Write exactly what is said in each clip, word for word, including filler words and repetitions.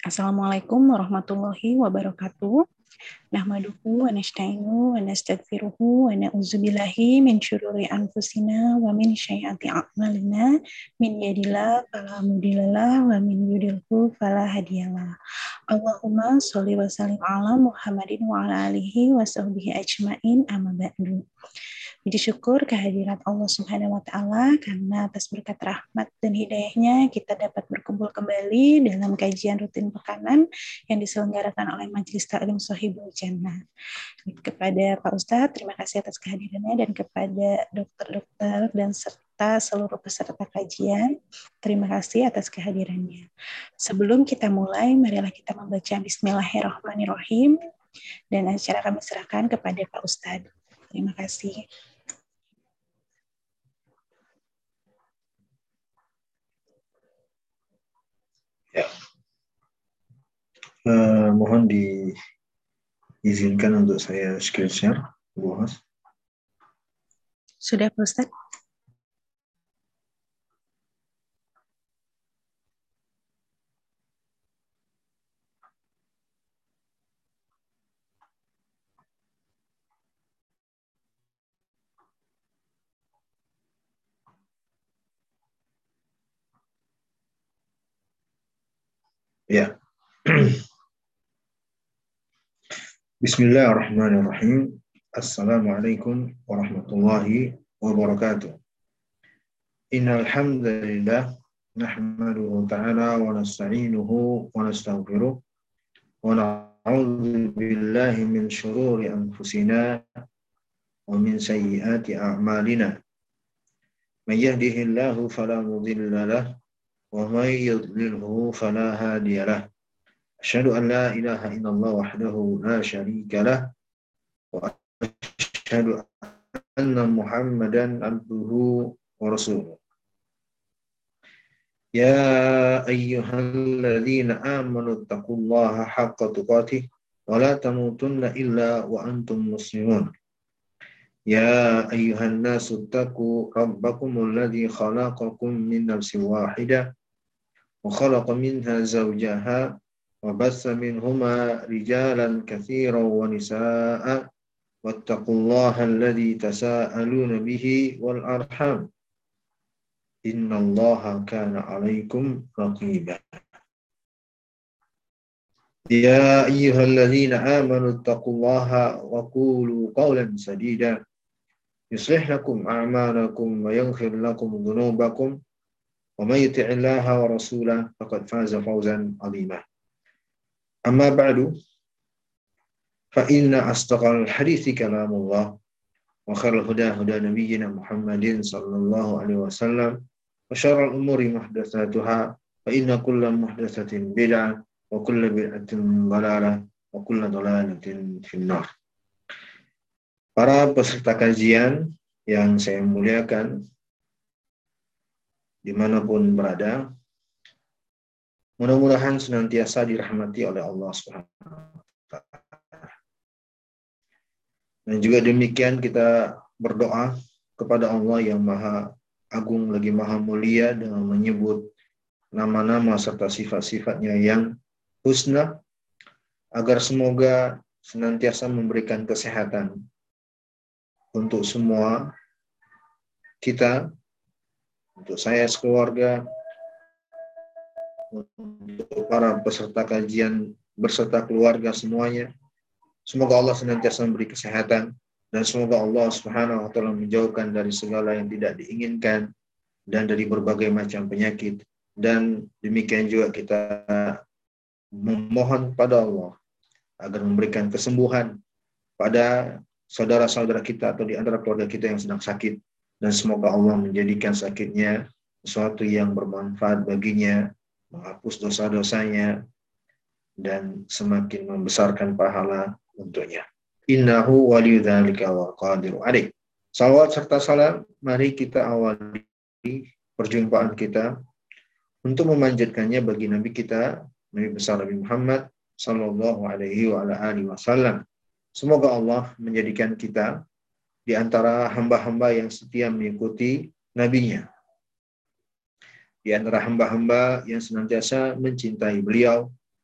Assalamualaikum warahmatullahi wabarakatuh. Nahmaduhu wa nasta'inu wa nastaghfiruhu wa na'udzubillahi min syururi anfusina wa min syai'ati a'malina min yadillah fala mudhillalah wa min yudlilhu fala hadiyalah. Allahumma sholli wa sallim ala Muhammadin wa ala alihi wa sahbihi ajmain amma ba'du. Puji syukur kehadirat Allah Subhanahu wa taala karena atas berkat rahmat dan hidayahnya kita dapat berkumpul kembali dalam kajian rutin pekanan yang diselenggarakan oleh Majelis Ta'lim Shahibul Jannah. Kepada Pak Ustadz, terima kasih atas kehadirannya, dan kepada dokter-dokter dan serta seluruh peserta kajian, terima kasih atas kehadirannya. Sebelum kita mulai, marilah kita membaca Bismillahirrahmanirrahim, dan acara kami serahkan kepada Pak Ustadz. Terima kasih. Ya, uh, mohon diizinkan untuk saya screen share, Bu Host. Sudah, Pak Ustadz? Ya. Bismillahirrahmanirrahim. Assalamualaikum warahmatullahi wabarakatuh. Innal hamdalillah nahmaduhu ta'ala wa nasta'inuhu wa nastaghfiruh wa na'udzu billahi min shururi anfusina wa min sayyiati a'malina. May yahdihillahu fala mudilla lahu wa may yudlilhu fala hadiya lahu. Asyhadu an la ilaha illallah wahdahu la syarika lah wa asyhadu anna Muhammadan abduhu wa rasuluh. Ya ayyuhalladzina amanu taqullaha haqqa tuqatih wa la tamutunna illa wa antum muslimun. Ya ayyuhan nasu taqu rabbakumul ladzi khalaqakum min nafsin wahidah wa khalaqa minha zawjaha wa bassa minhuma rijalan katsiran wa nisaa'a wattaqullaha alladzi tasaaluna bihi wal arham innallaha kana 'alaikum raqiba. Ya ayyuhalladzina amanu taqullaha wa qulu qawlan sadida yuslih lakum a'malakum wa yaghfir lakum dhunubakum wa may yuti'illaha wa rasulahu faqad faza fawzan 'azima. Amma ba'du, fa inna asdaqal hadithi kalamullah wa khairal huda huda nabiyyina Muhammadin sallallahu alaihi wasallam wa syarrul umuri muhdatsatuha fa inna kulla muhdatsatin bid'ah wa kulla bid'atin dhalalah wa kulla dhalalatin finnar. Para peserta kajian yang saya muliakan dimanapun berada, mudah-mudahan senantiasa dirahmati oleh Allah Subhanahu wa taala. Dan juga demikian kita berdoa kepada Allah yang Maha Agung lagi Maha Mulia dengan menyebut nama-nama serta sifat-sifatnya yang husna, agar semoga senantiasa memberikan kesehatan untuk semua kita, untuk saya sekeluarga, untuk para peserta kajian berserta keluarga semuanya. Semoga Allah senantiasa memberi kesehatan, dan semoga Allah Subhanahu wa taala menjauhkan dari segala yang tidak diinginkan dan dari berbagai macam penyakit. Dan demikian juga kita memohon pada Allah agar memberikan kesembuhan pada saudara-saudara kita atau di antara keluarga kita yang sedang sakit, dan semoga Allah menjadikan sakitnya sesuatu yang bermanfaat baginya, menghapus dosa-dosanya, dan semakin membesarkan pahala untuknya. Innahu waliyudzalika wal qadiru alaih. Salawat serta salam mari kita awali perjumpaan kita untuk memanjatkannya bagi Nabi kita, Nabi besar Nabi Muhammad sallallahu alaihi wa ala alihi wasallam. Semoga Allah menjadikan kita di antara hamba-hamba yang setia mengikuti nabinya, di antara hamba-hamba yang senantiasa mencintai beliau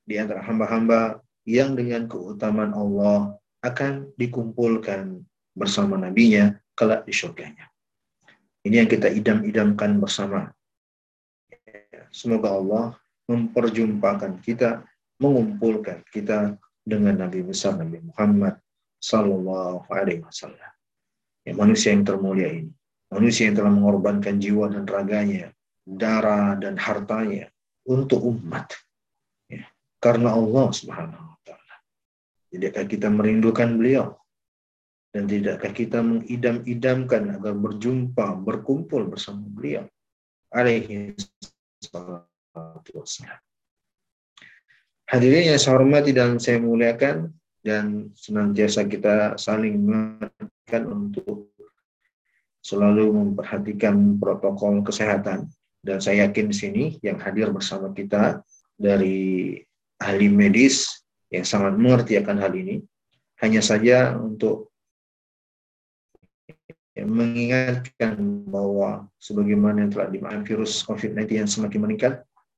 di antara hamba-hamba yang dengan keutamaan Allah akan dikumpulkan bersama nabinya kelak di surganya. Ini yang kita idam-idamkan bersama. Semoga Allah memperjumpakan kita, mengumpulkan kita dengan Nabi besar Nabi Muhammad Sallallahu Alaihi Wasallam. Ya, manusia yang termulia ini, manusia yang telah mengorbankan jiwa dan raganya, darah dan hartanya untuk umat, ya, karena Allah Subhanahu Wa Taala. Tidakkah kita merindukan beliau? Dan tidakkah kita mengidam-idamkan agar berjumpa, berkumpul bersama beliau? Alaihi salatu wassalam. Hadirin yang saya hormati dan saya muliakan, dan senantiasa kita saling mengingatkan untuk selalu memperhatikan protokol kesehatan. Dan saya yakin di sini yang hadir bersama kita dari ahli medis yang sangat mengerti akan hal ini. Hanya saja untuk mengingatkan bahwa sebagaimana yang telah dimakan virus covid sembilan belas yang semakin meningkat,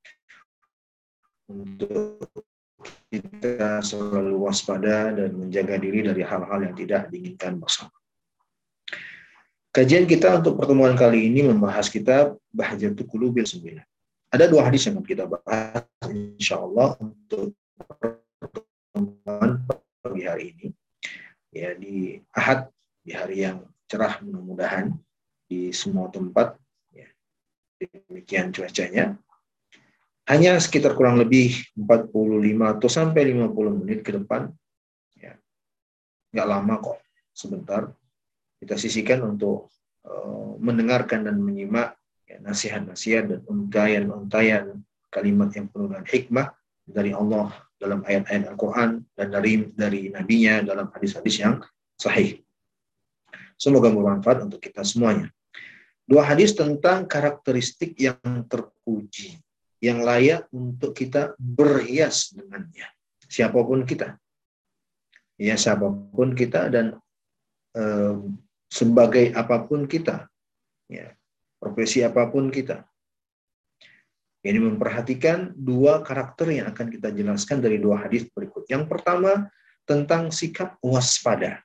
untuk kita selalu waspada dan menjaga diri dari hal-hal yang tidak diinginkan bersama. Kajian kita untuk pertemuan kali ini membahas kitab Bahjatul Qulubil sembilan. Ada dua hadis yang kita bahas insyaallah untuk pertemuan pagi hari ini. Ya, di Ahad, di hari yang cerah mudah-mudahan di semua tempat, ya, demikian cuacanya. Hanya sekitar kurang lebih empat puluh lima atau sampai lima puluh menit ke depan, ya, nggak lama kok, sebentar kita sisihkan untuk uh, mendengarkan dan menyimak, ya, nasihat-nasihat dan untayan-untayan kalimat yang penuh dengan hikmah dari Allah dalam ayat-ayat Al-Quran dan dari dari Nabi-Nya dalam hadis-hadis yang sahih. Semoga bermanfaat untuk kita semuanya. Dua hadis tentang karakteristik yang terpuji, yang layak untuk kita berhias dengannya. Siapapun kita. Ya, siapapun kita dan eh, sebagai apapun kita. Ya, profesi apapun kita. Ini memperhatikan dua karakter yang akan kita jelaskan dari dua hadis berikut. Yang pertama, tentang sikap waspada.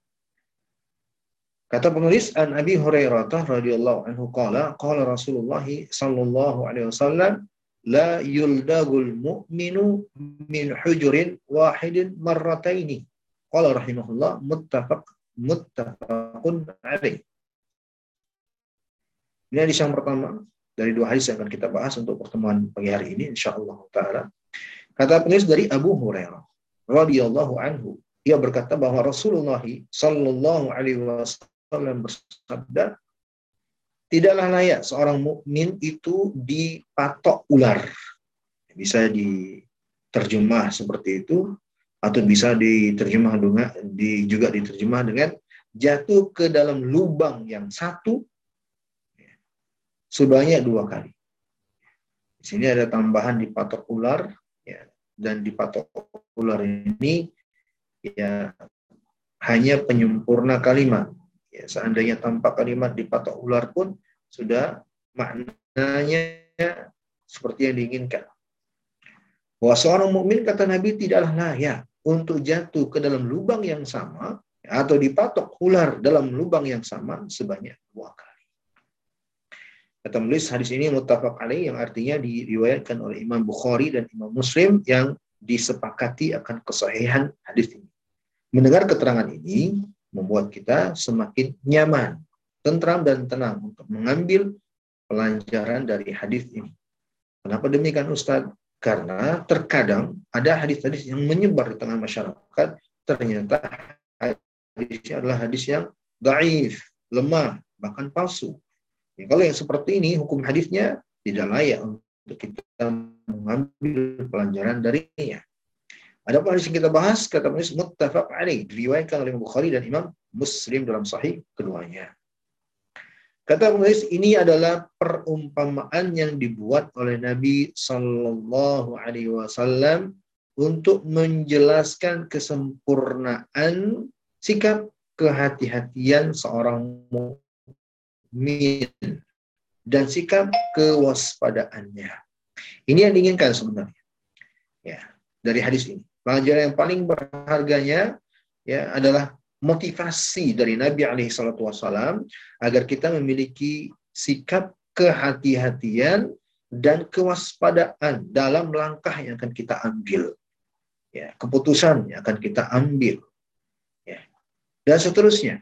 Kata penulis, an Abi Hurairah radhiyallahu anhu qala qala Rasulullah sallallahu alaihi wasallam la yuldagul mu'minu min hujurin wahidin marrataini. Qala rahimahullah muttafaq muttafaqun alaih. Ini hadis yang pertama dari dua hadis yang akan kita bahas untuk pertemuan pagi hari ini insyaallah taala. Kata penulis dari Abu Hurairah radhiyallahu anhu, ia berkata bahwa Rasulullah sallallahu alaihi wasallam bersabda, tidaklah layak seorang mukmin itu dipatok ular. Bisa diterjemah seperti itu, atau bisa diterjemah dengan di, juga diterjemah dengan jatuh ke dalam lubang yang satu sebanyak dua kali. Di sini ada tambahan dipatok ular, ya, dan dipatok ular ini ya hanya penyempurna kalimat. Ya, seandainya tanpa kalimat dipatok ular pun sudah maknanya seperti yang diinginkan. Bahwa seorang mukmin, kata Nabi, tidaklah layak untuk jatuh ke dalam lubang yang sama atau dipatok ular dalam lubang yang sama sebanyak dua kali. Kata penulis, hadis ini muttafaq alaih, yang artinya diriwayatkan oleh Imam Bukhari dan Imam Muslim yang disepakati akan kesahihan hadis ini. Mendengar keterangan ini membuat kita semakin nyaman, tentram dan tenang untuk mengambil pelajaran dari hadis ini. Kenapa demikian Ustadz? Karena terkadang ada hadis-hadis yang menyebar di tengah masyarakat, ternyata hadisnya adalah hadis yang dhaif, lemah, bahkan palsu. Ya, kalau yang seperti ini, hukum hadisnya tidak layak untuk kita mengambil pelajaran darinya. Ada hadis yang kita bahas, kata penulis muttafaq alaih, diriwayatkan oleh Bukhari dan Imam Muslim dalam sahih keduanya. Kata penulis, ini adalah perumpamaan yang dibuat oleh Nabi Sallallahu Alaihi Wasallam untuk menjelaskan kesempurnaan sikap kehati-hatian seorang mukmin dan sikap kewaspadaannya. Ini yang diinginkan sebenarnya. Ya. dari hadis ini. Pelajaran yang paling berharganya ya adalah motivasi dari Nabi alaihi salatu wasallam agar kita memiliki sikap kehati-hatian dan kewaspadaan dalam langkah yang akan kita ambil. Ya, keputusan yang akan kita ambil. Ya. Dan seterusnya.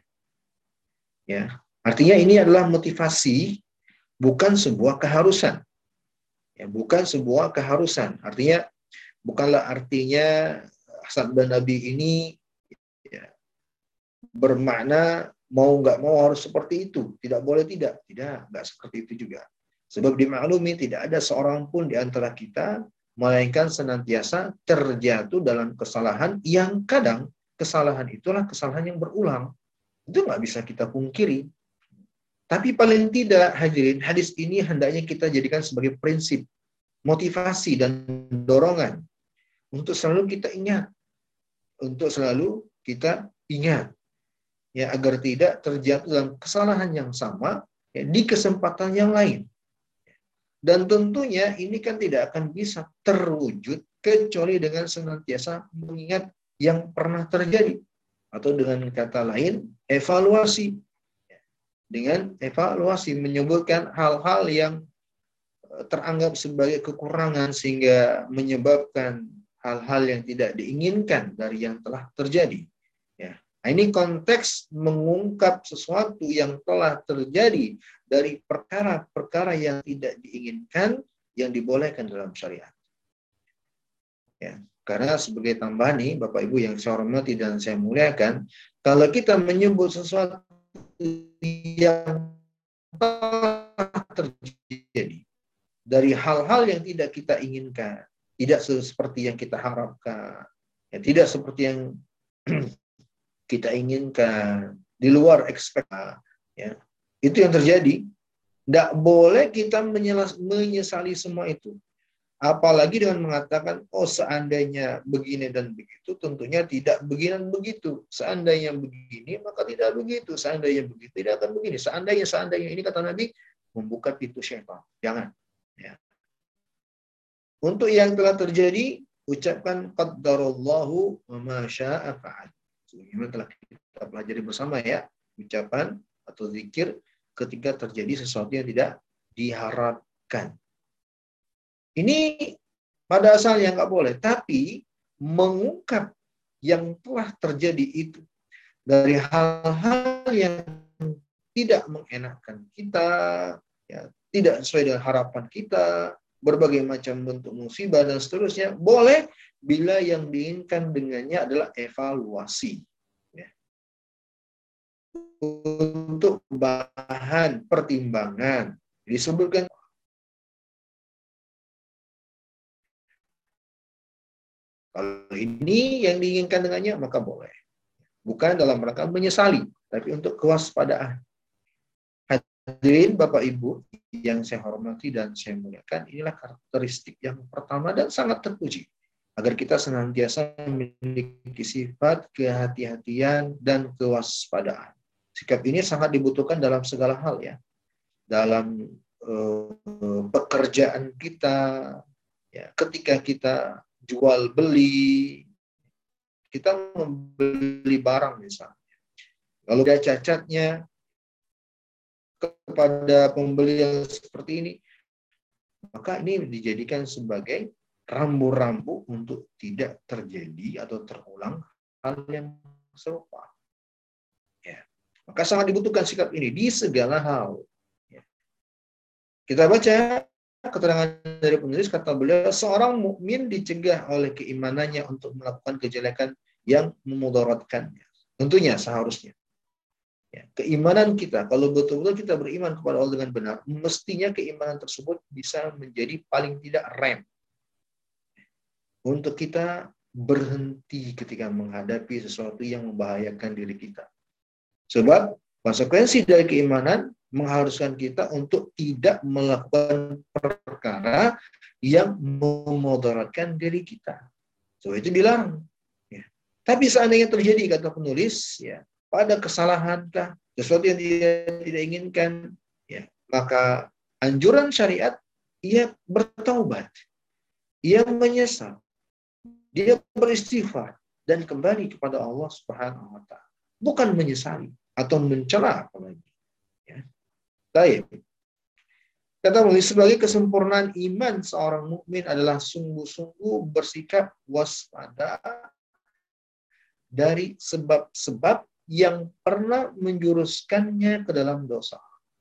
Ya. Artinya ini adalah motivasi, bukan sebuah keharusan. Ya, bukan sebuah keharusan. Artinya bukanlah artinya sabda Nabi ini ya, bermakna mau nggak mau harus seperti itu. Tidak boleh tidak. Tidak, nggak seperti itu juga. Sebab dimaklumi tidak ada seorang pun di antara kita melainkan senantiasa terjatuh dalam kesalahan yang kadang kesalahan itulah kesalahan yang berulang. Itu nggak bisa kita pungkiri. Tapi paling tidak hadirin, hadis ini hendaknya kita jadikan sebagai prinsip, motivasi dan dorongan untuk selalu kita ingat, untuk selalu kita ingat, ya agar tidak terjatuh dalam kesalahan yang sama ya, di kesempatan yang lain. Dan tentunya ini kan tidak akan bisa terwujud kecuali dengan senantiasa mengingat yang pernah terjadi, atau dengan kata lain evaluasi. Dengan evaluasi menyebutkan hal-hal yang teranggap sebagai kekurangan sehingga menyebabkan hal-hal yang tidak diinginkan dari yang telah terjadi. Ya. Nah, ini konteks mengungkap sesuatu yang telah terjadi dari perkara-perkara yang tidak diinginkan yang dibolehkan dalam syariat. Ya. Karena sebagai tambahan nih, Bapak Ibu yang saya hormati dan saya muliakan, kalau kita menyebut sesuatu yang telah terjadi dari hal-hal yang tidak kita inginkan, tidak seperti yang kita harapkan, ya, tidak seperti yang kita inginkan, di luar ekspektasi, ya, itu yang terjadi. Tidak boleh kita menyesali semua itu. Apalagi dengan mengatakan, oh seandainya begini dan begitu, tentunya tidak begini dan begitu. Seandainya begini, maka tidak begitu. Seandainya begitu, tidak akan begini. Seandainya, seandainya ini kata Nabi, membuka pintu syaitan. Jangan. Ya. Untuk yang telah terjadi, ucapkan qaddarallahu wa ma syaa fa'al. Sebagaimana telah kita pelajari bersama ya, ucapan atau zikir ketika terjadi sesuatu yang tidak diharapkan. Ini pada asalnya nggak boleh, tapi mengungkap yang telah terjadi itu dari hal-hal yang tidak mengenakan kita, ya, tidak sesuai dengan harapan kita, berbagai macam bentuk musibah dan seterusnya, boleh bila yang diinginkan dengannya adalah evaluasi. Ya. Untuk bahan pertimbangan. Disebutkan kalau ini yang diinginkan dengannya, maka boleh. Bukan dalam rangka menyesali, tapi untuk kewaspadaan. Hadirin Bapak Ibu yang saya hormati dan saya muliakan, inilah karakteristik yang pertama dan sangat terpuji. Agar kita senantiasa memiliki sifat kehati-hatian dan kewaspadaan. Sikap ini sangat dibutuhkan dalam segala hal ya. Dalam uh, pekerjaan kita, ya, ketika kita jual beli, kita membeli barang misalnya. Kalau ada cacatnya kepada pembeli yang seperti ini, maka ini dijadikan sebagai rambu-rambu untuk tidak terjadi atau terulang hal yang serupa. Ya. Maka sangat dibutuhkan sikap ini di segala hal. Ya. Kita baca keterangan dari penulis, kata beliau, seorang mukmin dicegah oleh keimanannya untuk melakukan kejelekan yang memudaratkannya. Tentunya seharusnya. Ya, keimanan kita, kalau betul-betul kita beriman kepada Allah dengan benar, mestinya keimanan tersebut bisa menjadi paling tidak rem untuk kita berhenti ketika menghadapi sesuatu yang membahayakan diri kita. Sebab konsekuensi dari keimanan mengharuskan kita untuk tidak melakukan perkara yang memudaratkan diri kita. So itu dilarang. Ya. Tapi seandainya terjadi, kata penulis, ya, pada kesalahankah, sesuatu yang dia tidak inginkan, ya, maka anjuran syariat ia bertaubat, ia menyesal, Dia beristighfar dan kembali kepada Allah Subhanahu wa taala. Bukan menyesali atau mencela apalagi. Ya. Baik. Kata beliau, sebagai kesempurnaan iman seorang mukmin adalah sungguh-sungguh bersikap waspada dari sebab-sebab yang pernah menjuruskannya ke dalam dosa.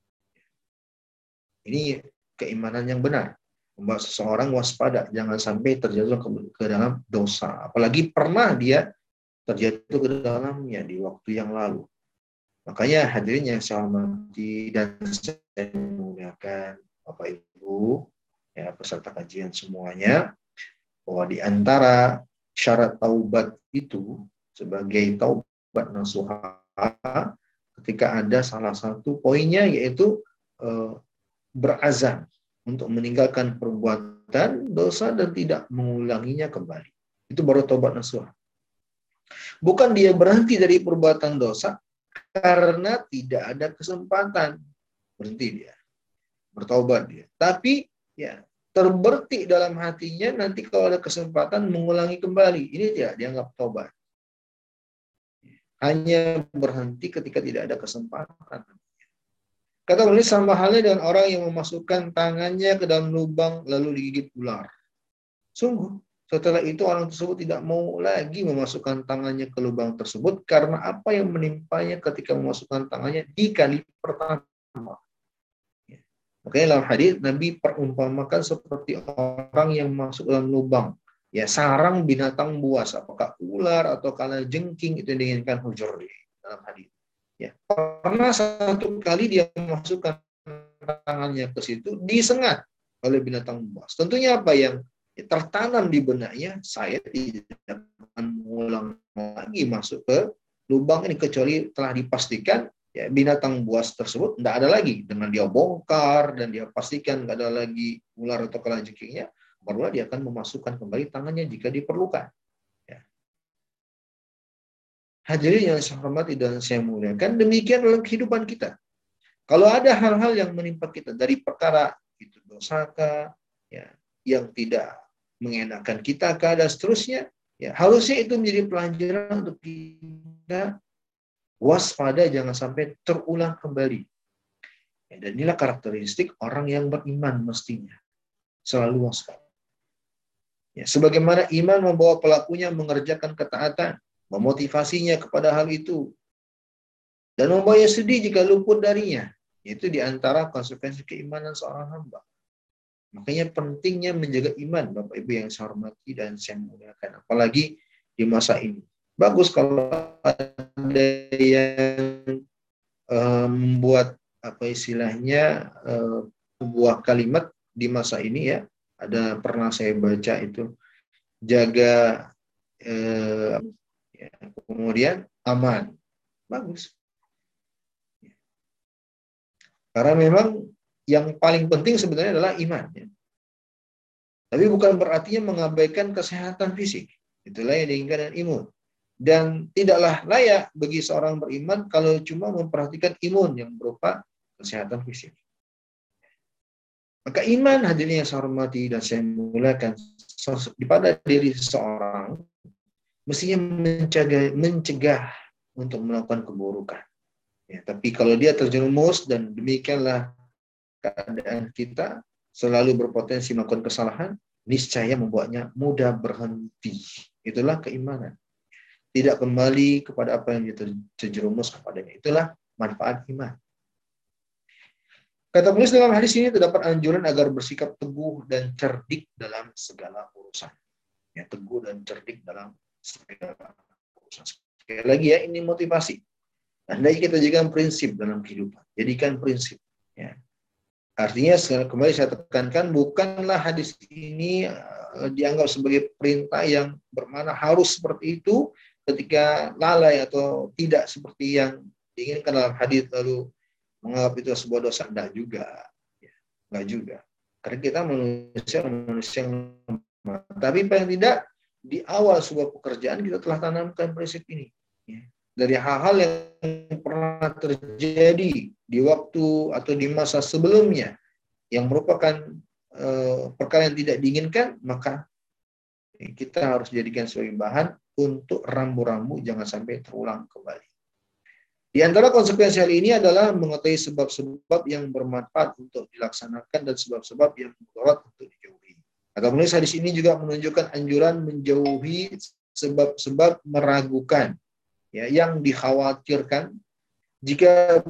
Ini keimanan yang benar. Membuat seseorang waspada, jangan sampai terjatuh ke, ke dalam dosa. Apalagi pernah dia terjatuh ke dalamnya di waktu yang lalu. Makanya hadirin yang saya hormati dan saya muliakan, Bapak Ibu, ya peserta kajian semuanya, bahwa di antara syarat taubat itu sebagai taubat nasuha, ketika ada salah satu poinnya yaitu eh, berazam untuk meninggalkan perbuatan dosa dan tidak mengulanginya kembali. Itu baru taubat nasuha. Bukan dia berhenti dari perbuatan dosa karena tidak ada kesempatan, berhenti dia, bertaubat dia. Tapi ya terbertik dalam hatinya, nanti kalau ada kesempatan mengulangi kembali. Ini tidak dianggap taubat. Hanya berhenti ketika tidak ada kesempatan. Kata beliau, sama halnya dengan orang yang memasukkan tangannya ke dalam lubang lalu digigit ular. Sungguh, setelah itu orang tersebut tidak mau lagi memasukkan tangannya ke lubang tersebut karena apa yang menimpanya ketika memasukkan tangannya di kali pertama. Makanya dalam hadis Nabi perumpamakan seperti orang yang masuk dalam lubang, ya sarang binatang buas, apakah ular atau kalajengking, itu yang diinginkan hujur dalam hadis. Ya, pernah satu kali dia memasukkan tangannya ke situ, disengat oleh binatang buas. Tentunya apa yang tertanam di benaknya, saya tidak akan mengulang lagi masuk ke lubang ini kecuali telah dipastikan ya binatang buas tersebut tidak ada lagi. Dengan dia bongkar dan dia pastikan tidak ada lagi ular atau kalajengkingnya, barulah dia akan memasukkan kembali tangannya jika diperlukan. Ya. Hadirin yang saya hormati dan saya muliakan, demikian dalam kehidupan kita. Kalau ada hal-hal yang menimpa kita dari perkara itu dosaka, ya, yang tidak mengenakan kita, dan seterusnya, ya, harusnya itu menjadi pelajaran untuk kita waspada, jangan sampai terulang kembali. Ya, dan inilah karakteristik orang yang beriman mestinya. Selalu waspada. Ya, sebagaimana iman membawa pelakunya mengerjakan ketaatan, memotivasinya kepada hal itu, dan membawa sedih jika luput darinya. Itu diantara konsekuensi keimanan seorang hamba. Makanya pentingnya menjaga iman, Bapak Ibu yang saya hormati dan saya muliakan. Apalagi di masa ini. Bagus kalau ada yang uh, membuat apa istilahnya uh, sebuah kalimat di masa ini ya. Ada pernah saya baca itu, jaga uh, ya, kemudian aman. Bagus. Karena memang yang paling penting sebenarnya adalah iman. Ya. Tapi bukan berarti mengabaikan kesehatan fisik. Itulah yang diinginkan dengan imun. Dan tidaklah layak bagi seorang beriman kalau cuma memperhatikan imun yang berupa kesehatan fisik. Maka iman, hadirin yang saya hormati dan saya muliakan, pada diri seseorang mestinya mencegah, mencegah untuk melakukan keburukan. Ya, tapi kalau dia terjerumus dan demikianlah keadaan kita selalu berpotensi melakukan kesalahan, niscaya membuatnya mudah berhenti. Itulah keimanan. Tidak kembali kepada apa yang terjerumus kepadanya. Itulah manfaat iman. Kata penulis dalam hadis ini terdapat anjuran agar bersikap teguh dan cerdik dalam segala urusan. Ya, teguh dan cerdik dalam segala urusan. Sekali lagi ya, ini motivasi. Hendaknya kita jadikan prinsip dalam kehidupan. Jadikan prinsip. Ya. Artinya kembali saya tekankan, bukanlah hadis ini uh, dianggap sebagai perintah yang bermakna harus seperti itu ketika lalai atau tidak seperti yang diinginkan dalam hadis lalu menganggap itu sebuah dosa. Enggak juga. Ya, enggak juga. Karena kita manusia manusia yang lemah. Tapi paling tidak di awal sebuah pekerjaan kita telah tanamkan prinsip ini. Ya. Dari hal-hal yang pernah terjadi di waktu atau di masa sebelumnya yang merupakan uh, perkara yang tidak diinginkan, maka kita harus jadikan sebagai bahan untuk rambu-rambu jangan sampai terulang kembali. Di antara konsekuensi hal ini adalah mengetahui sebab-sebab yang bermanfaat untuk dilaksanakan dan sebab-sebab yang mudarat untuk dijauhi. Maka menulis hadis ini juga menunjukkan anjuran menjauhi sebab-sebab meragukan, ya, yang dikhawatirkan jika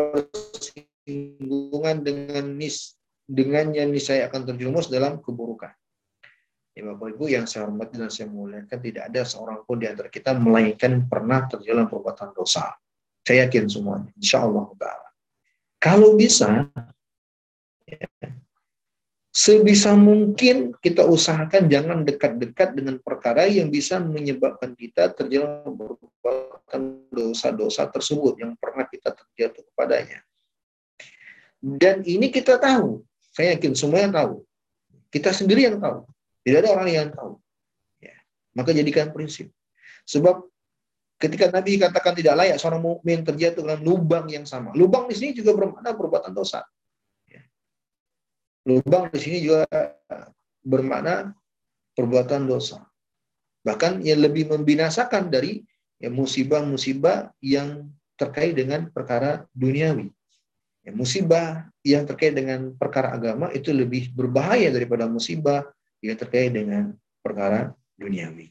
bersinggungan dengan nis dengannya niscaya akan terjerumus dalam keburukan. Ya, Bapak Ibu yang saya hormati dan saya muliakan, tidak ada seorang pun di antara kita melainkan pernah terjerumus perbuatan dosa. Saya yakin semuanya, insya Allah Ta'ala. Kalau bisa, ya, sebisa mungkin kita usahakan jangan dekat-dekat dengan perkara yang bisa menyebabkan kita terjerumus perbuatan dosa-dosa tersebut yang pernah kita terjatuh kepadanya. Dan ini kita tahu, saya yakin semuanya tahu. Kita sendiri yang tahu. Tidak ada orang yang tahu. Ya. Maka jadikan prinsip. Sebab ketika Nabi katakan tidak layak seorang mukmin terjatuh dalam lubang yang sama. Lubang di sini juga bermakna perbuatan dosa. Ya. Lubang di sini juga bermakna perbuatan dosa. Bahkan yang lebih membinasakan dari ya, musibah-musibah yang terkait dengan perkara duniawi. Ya, musibah yang terkait dengan perkara agama itu lebih berbahaya daripada musibah yang terkait dengan perkara duniawi.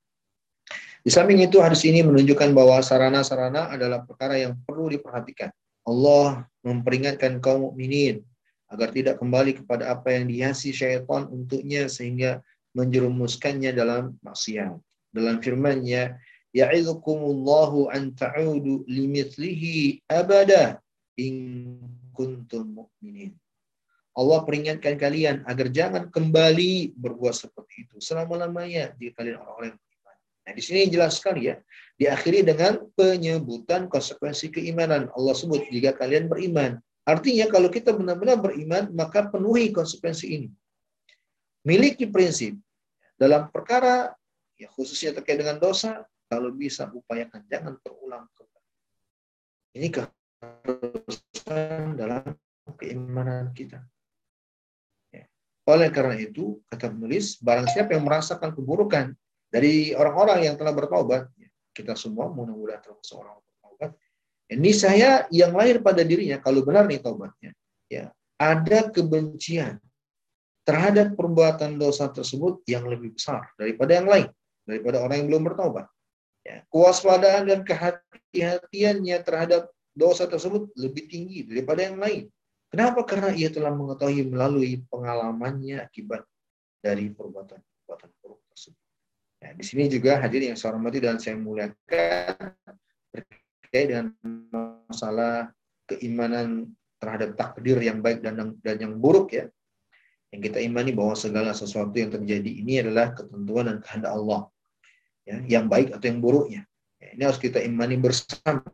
Di samping itu, hadis ini menunjukkan bahwa sarana-sarana adalah perkara yang perlu diperhatikan. Allah memperingatkan kaum mukminin agar tidak kembali kepada apa yang dihiasi syaitan untuknya sehingga menjerumuskannya dalam maksiat. Dalam firman-Nya, "Ya'idzukumullahu an ta'udu limithlihi abada in kuntum mu'minin." Allah peringatkan kalian agar jangan kembali berbuat seperti itu selama-lamanya jika kalian orang-orang yang beriman. Nah, di sini jelas sekali ya, diakhiri dengan penyebutan konsekuensi keimanan. Allah sebut jika kalian beriman. Artinya kalau kita benar-benar beriman, maka penuhi konsekuensi ini. Miliki prinsip dalam perkara ya khususnya terkait dengan dosa, kalau bisa upayakan jangan terulang kembali. Ini keharusan dalam keimanan kita. Oleh karena itu, kata penulis, barang siapa yang merasakan keburukan dari orang-orang yang telah bertaubat, kita semua mudah-mudahan termasuk orang bertaubat, ini saya yang lahir pada dirinya, kalau benar nih taubatnya, ya, ada kebencian terhadap perbuatan dosa tersebut yang lebih besar daripada yang lain, daripada orang yang belum bertaubat. Ya, kewaspadaan dan kehati-hatiannya terhadap dosa tersebut lebih tinggi daripada yang lain. Kenapa? Karena ia telah mengetahui melalui pengalamannya akibat dari perbuatan-perbuatan buruk tersebut. Ya, di sini juga hadirin yang saya hormati dan saya muliakan terkait dengan masalah keimanan terhadap takdir yang baik dan dan yang buruk ya. Yang kita imani bahwa segala sesuatu yang terjadi ini adalah ketentuan dan kehendak Allah. Ya, yang baik atau yang buruknya. Ya, ini harus kita imani bersama.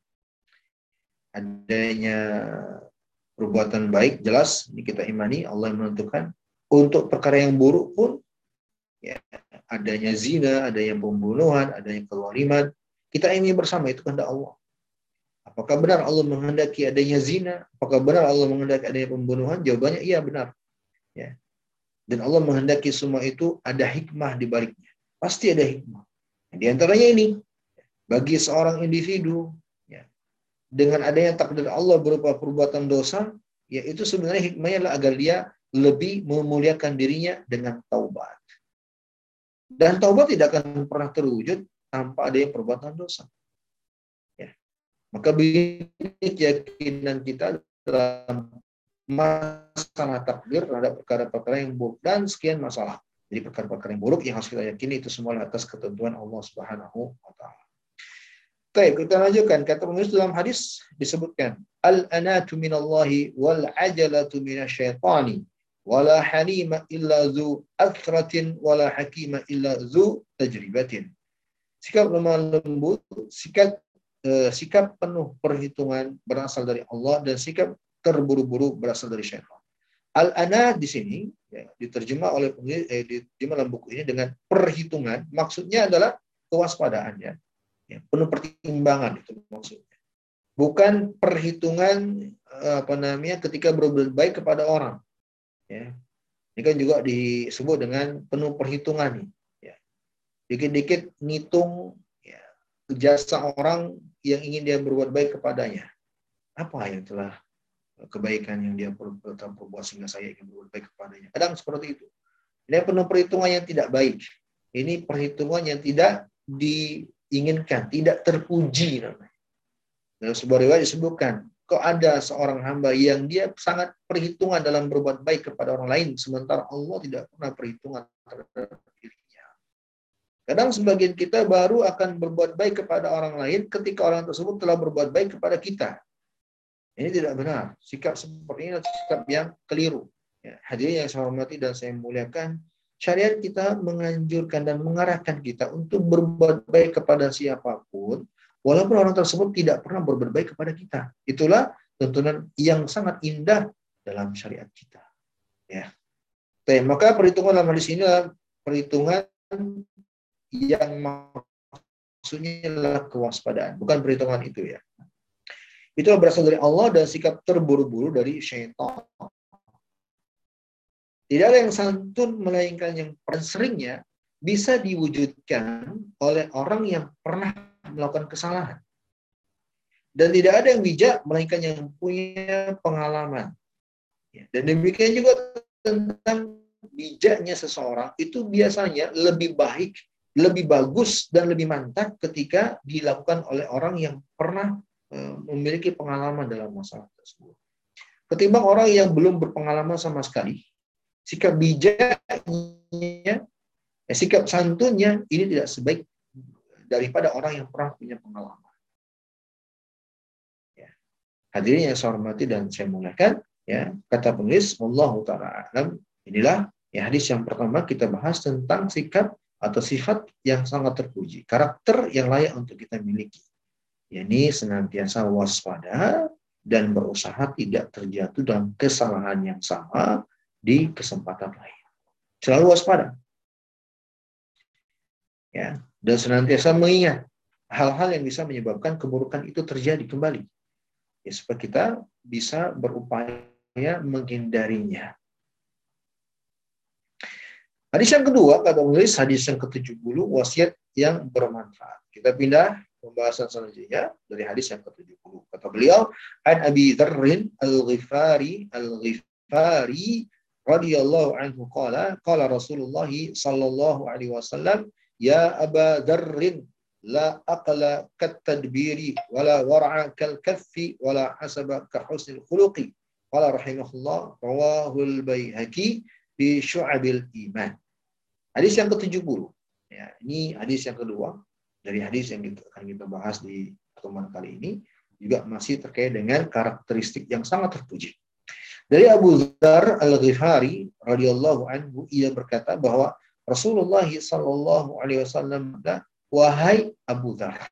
Adanya perbuatan baik jelas ini kita imani Allah yang menentukan. Untuk perkara yang buruk pun ya, adanya zina, adanya pembunuhan, adanya kezaliman, kita imani bersama itu kehendak Allah. Apakah benar Allah menghendaki adanya zina? Apakah benar Allah menghendaki adanya pembunuhan? Jawabannya iya benar. Ya. Dan Allah menghendaki semua itu ada hikmah di baliknya. Pasti ada hikmah. Di antaranya ini bagi seorang individu dengan adanya takdir Allah berupa perbuatan dosa, yaitu sebenarnya hikmahnya adalah agar dia lebih memuliakan dirinya dengan taubat. Dan taubat tidak akan pernah terwujud tanpa adanya perbuatan dosa. Ya. Maka begini keyakinan kita dalam masalah takdir terhadap perkara-perkara yang buruk dan sekian masalah. Jadi perkara-perkara yang buruk yang harus kita yakini itu semua atas ketentuan Allah Subhanahu wa taala. Baik, kita lanjutkan. Kata penulis dalam hadis disebutkan, al-anatu minallahi wal ajalatu minasyaitani wala halima illa zu athratin wala hakima illa zu tajribatin. Sikap lemah lembut, sikap eh, sikap penuh perhitungan berasal dari Allah dan sikap terburu-buru berasal dari syaitan. Al-ana di sini ya, diterjemah oleh penulis eh, diterjemah dalam buku ini dengan perhitungan, maksudnya adalah kewaspadaan ya. Ya, penuh pertimbangan itu maksudnya. Bukan perhitungan apa namanya ketika berbuat baik kepada orang. Ya. Ini kan juga disebut dengan penuh perhitungan. Ya. dikit-dikit ngitung ya, jasa orang yang ingin dia berbuat baik kepadanya. Apa yang telah kebaikan yang dia telah perbuat sehingga saya ingin berbuat baik kepadanya. Kadang seperti itu. Ini penuh perhitungan yang tidak baik. Ini perhitungan yang tidak diinginkan, tidak terpuji namanya. Dalam sebuah riwayat disebutkan, kok ada seorang hamba yang dia sangat perhitungan dalam berbuat baik kepada orang lain, sementara Allah tidak pernah perhitungan terhadap dirinya. Kadang sebagian kita baru akan berbuat baik kepada orang lain ketika orang tersebut telah berbuat baik kepada kita. Ini tidak benar. Sikap seperti ini adalah sikap yang keliru. Ya, hadirin yang saya hormati dan saya muliakan, syariat kita menganjurkan dan mengarahkan kita untuk berbuat baik kepada siapapun, walaupun orang tersebut tidak pernah berbuat baik kepada kita. Itulah tuntunan yang sangat indah dalam syariat kita. Ya. Oke, maka perhitungan dalam hadis ini adalah perhitungan yang maksudnya adalah kewaspadaan, bukan perhitungan itu ya. Itu berasal dari Allah dan sikap terburu-buru dari syaitan. Tidak ada yang santun melainkan yang paling seringnya bisa diwujudkan oleh orang yang pernah melakukan kesalahan. Dan tidak ada yang bijak melainkan yang punya pengalaman. Dan demikian juga tentang bijaknya seseorang itu biasanya lebih baik, lebih bagus dan lebih mantap ketika dilakukan oleh orang yang pernah memiliki pengalaman dalam masalah tersebut. Ketimbang orang yang belum berpengalaman sama sekali, sikap bijaknya, eh, sikap santunnya ini tidak sebaik daripada orang yang pernah punya pengalaman. Ya. Hadirin yang saya hormati dan saya muliakan, ya, kata penulis, Wallahu ta'ala a'lam. Inilah ya hadis yang pertama kita bahas tentang sikap atau sifat yang sangat terpuji, karakter yang layak untuk kita miliki. yakni senantiasa waspada dan berusaha tidak terjatuh dalam kesalahan yang sama di kesempatan lain. Selalu waspada. Ya, dan senantiasa mengingat hal-hal yang bisa menyebabkan keburukan itu terjadi kembali. Ya, supaya kita bisa berupaya menghindarinya. Hadis yang kedua, kata penulis, hadis yang ketujuh puluh, wasiat yang bermanfaat. Kita pindah pembahasan selanjutnya dari hadis yang ketujuh puluh. Kata beliau, An Abi Dzarrin Al-Ghifari Al-Ghifari radhiyallahu anhu qala qala Rasulullah sallallahu alaihi wasallam, ya Aba Dzarrin la aqla kat-tadbiri wala war'a kal-kaffi wala hasaba ka husnil khuluqi. Qala rahimahullah rawahul Baihaqi bi Syu'abil Iman. Hadis yang ketujuh puluh. Ya, ini hadis yang kedua dari hadis yang kita akan kita bahas di pertemuan kali ini, juga masih terkait dengan karakteristik yang sangat terpuji. Dari Abu Dzar Al-Ghifari radhiyallahu anhu, ia berkata bahwa Rasulullah sallallahu alaihi wasallam, wahai Abu Dzar.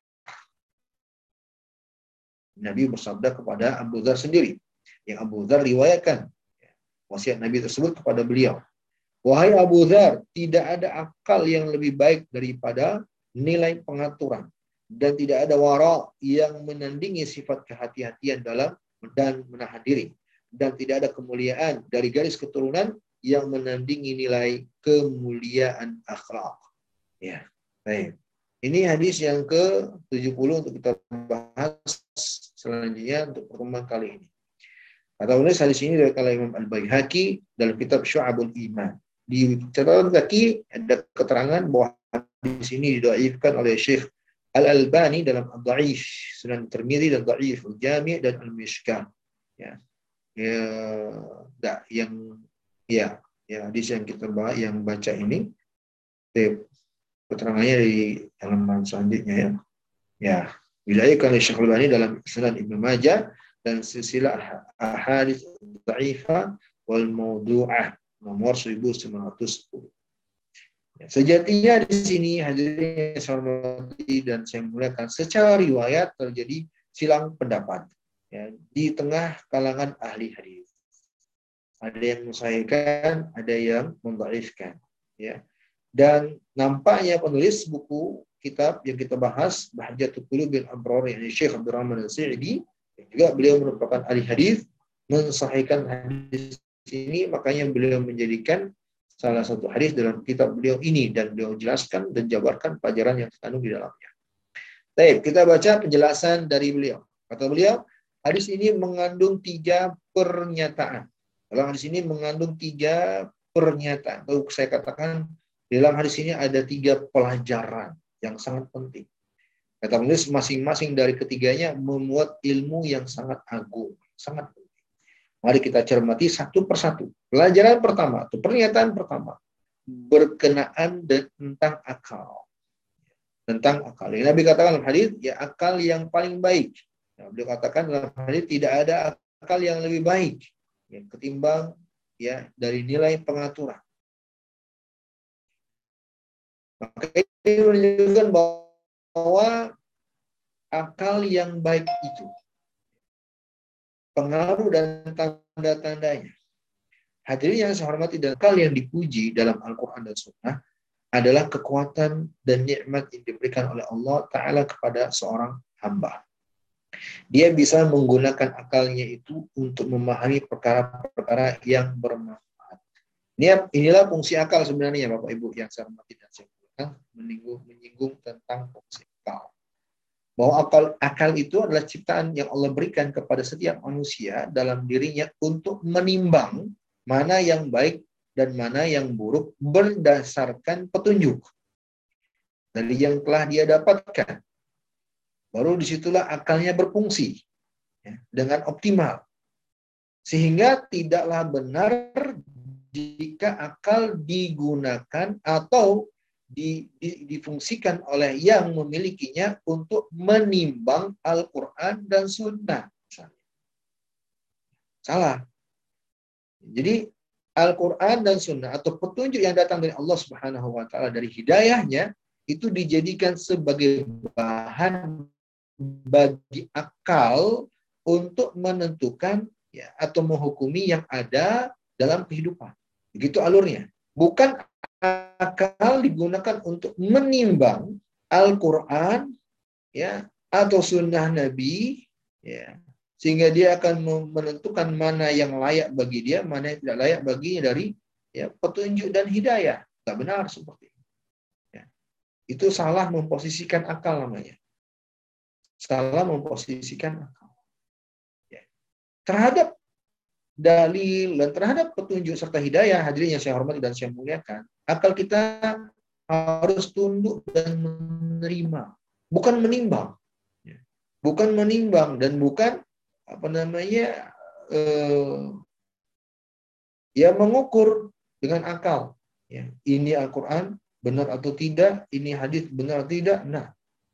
Nabi bersabda kepada Abu Dzar sendiri, yang Abu Dzar riwayatkan wasiat Nabi tersebut kepada beliau. Wahai Abu Dzar, tidak ada akal yang lebih baik daripada nilai pengaturan, dan tidak ada wara yang menandingi sifat kehati-hatian dalam dan menahan diri, dan tidak ada kemuliaan dari garis keturunan yang menandingi nilai kemuliaan akhlak. Ya, baik. Ini hadis yang ke tujuh puluh untuk kita bahas selanjutnya untuk pertemuan kali ini. Kata penulis, hadis ini dari kalangan Imam Al-Baihaqi dalam kitab Syu'abul Iman. Di catatan kaki ada keterangan bahwa di sini didhaifkan oleh Syekh Al-Albani dalam Ad-Dhaif, Sunan Tirmidzi dan Dhaif Al-Jami' dan Al-Mishkah. Ya. Ya, enggak yang ya, ya hadis yang kita bahas yang baca ini keterangannya di halaman selanjutnya ya. Ya, didhaifkan oleh Syekh Al-Albani dalam Sunan Ibnu Majah dan silsilah ahadits dhaifah wal mawdu'ah nomor seribu sembilan ratus sepuluh. Ya, sejatinya di sini hadirin saya hormati dan saya muliakan, secara riwayat terjadi silang pendapat ya, di tengah kalangan ahli hadis. Ada yang mensahihkan, ada yang mendhaifkan ya. Dan nampaknya penulis buku kitab yang kita bahas, Bahjatul Qulubil Abrar, yakni Syekh Abdurrahman Al-Sa'idi, juga beliau merupakan ahli hadis, mensahihkan hadis ini, makanya beliau menjadikan salah satu hadis dalam kitab beliau ini dan beliau jelaskan dan jabarkan pelajaran yang terkandung di dalamnya. Baik, kita baca penjelasan dari beliau. Kata beliau, hadis ini mengandung tiga pernyataan. Dalam hadis ini mengandung tiga pernyataan. Atau saya katakan, dalam hadis ini ada tiga pelajaran yang sangat penting. Kata beliau, masing-masing dari ketiganya memuat ilmu yang sangat agung, sangat penting. Mari kita cermati satu persatu. Pelajaran pertama, atau pernyataan pertama, berkenaan tentang akal. Tentang akal. Yang Nabi katakan dalam hadis, ya akal yang paling baik. Nah, beliau katakan dalam hadis tidak ada akal yang lebih baik ya, ketimbang ya dari nilai pengaturan. Maka ini menunjukkan bahwa akal yang baik itu pengaruh dan tanda-tandanya. Hadirin yang saya hormati, dan akal yang dipuji dalam Al-Quran dan Sunnah adalah kekuatan dan nikmat yang diberikan oleh Allah Ta'ala kepada seorang hamba. Dia bisa menggunakan akalnya itu untuk memahami perkara-perkara yang bermanfaat. Ini, inilah fungsi akal sebenarnya, Bapak Ibu yang saya hormati dan saya muliakan, menyinggung, menyinggung tentang fungsi akal. Bahwa akal, akal itu adalah ciptaan yang Allah berikan kepada setiap manusia dalam dirinya untuk menimbang mana yang baik dan mana yang buruk berdasarkan petunjuk dari yang telah dia dapatkan. Baru disitulah akalnya berfungsi ya, dengan optimal. Sehingga tidaklah benar jika akal digunakan atau Di, di, difungsikan oleh yang memilikinya untuk menimbang Al-Quran dan Sunnah. Salah. Jadi Al-Quran dan Sunnah atau petunjuk yang datang dari Allah Subhanahu Wa Taala dari hidayahnya itu dijadikan sebagai bahan bagi akal untuk menentukan ya, atau menghukumi yang ada dalam kehidupan. Begitu alurnya. Bukan akal digunakan untuk menimbang Al-Quran ya atau Sunnah Nabi ya sehingga dia akan menentukan mana yang layak bagi dia, mana yang tidak layak baginya dari ya petunjuk dan hidayah. Tidak benar seperti itu. Ya. Itu salah memposisikan akal namanya. Salah memposisikan akal. Ya. Terhadap dalil dan terhadap petunjuk serta hidayah, hadirin yang saya hormati dan saya muliakan, akal kita harus tunduk dan menerima, bukan menimbang, bukan menimbang dan bukan apa namanya eh, ya mengukur dengan akal. Ya, ini Al-Quran benar atau tidak, ini hadis benar atau tidak. Nah,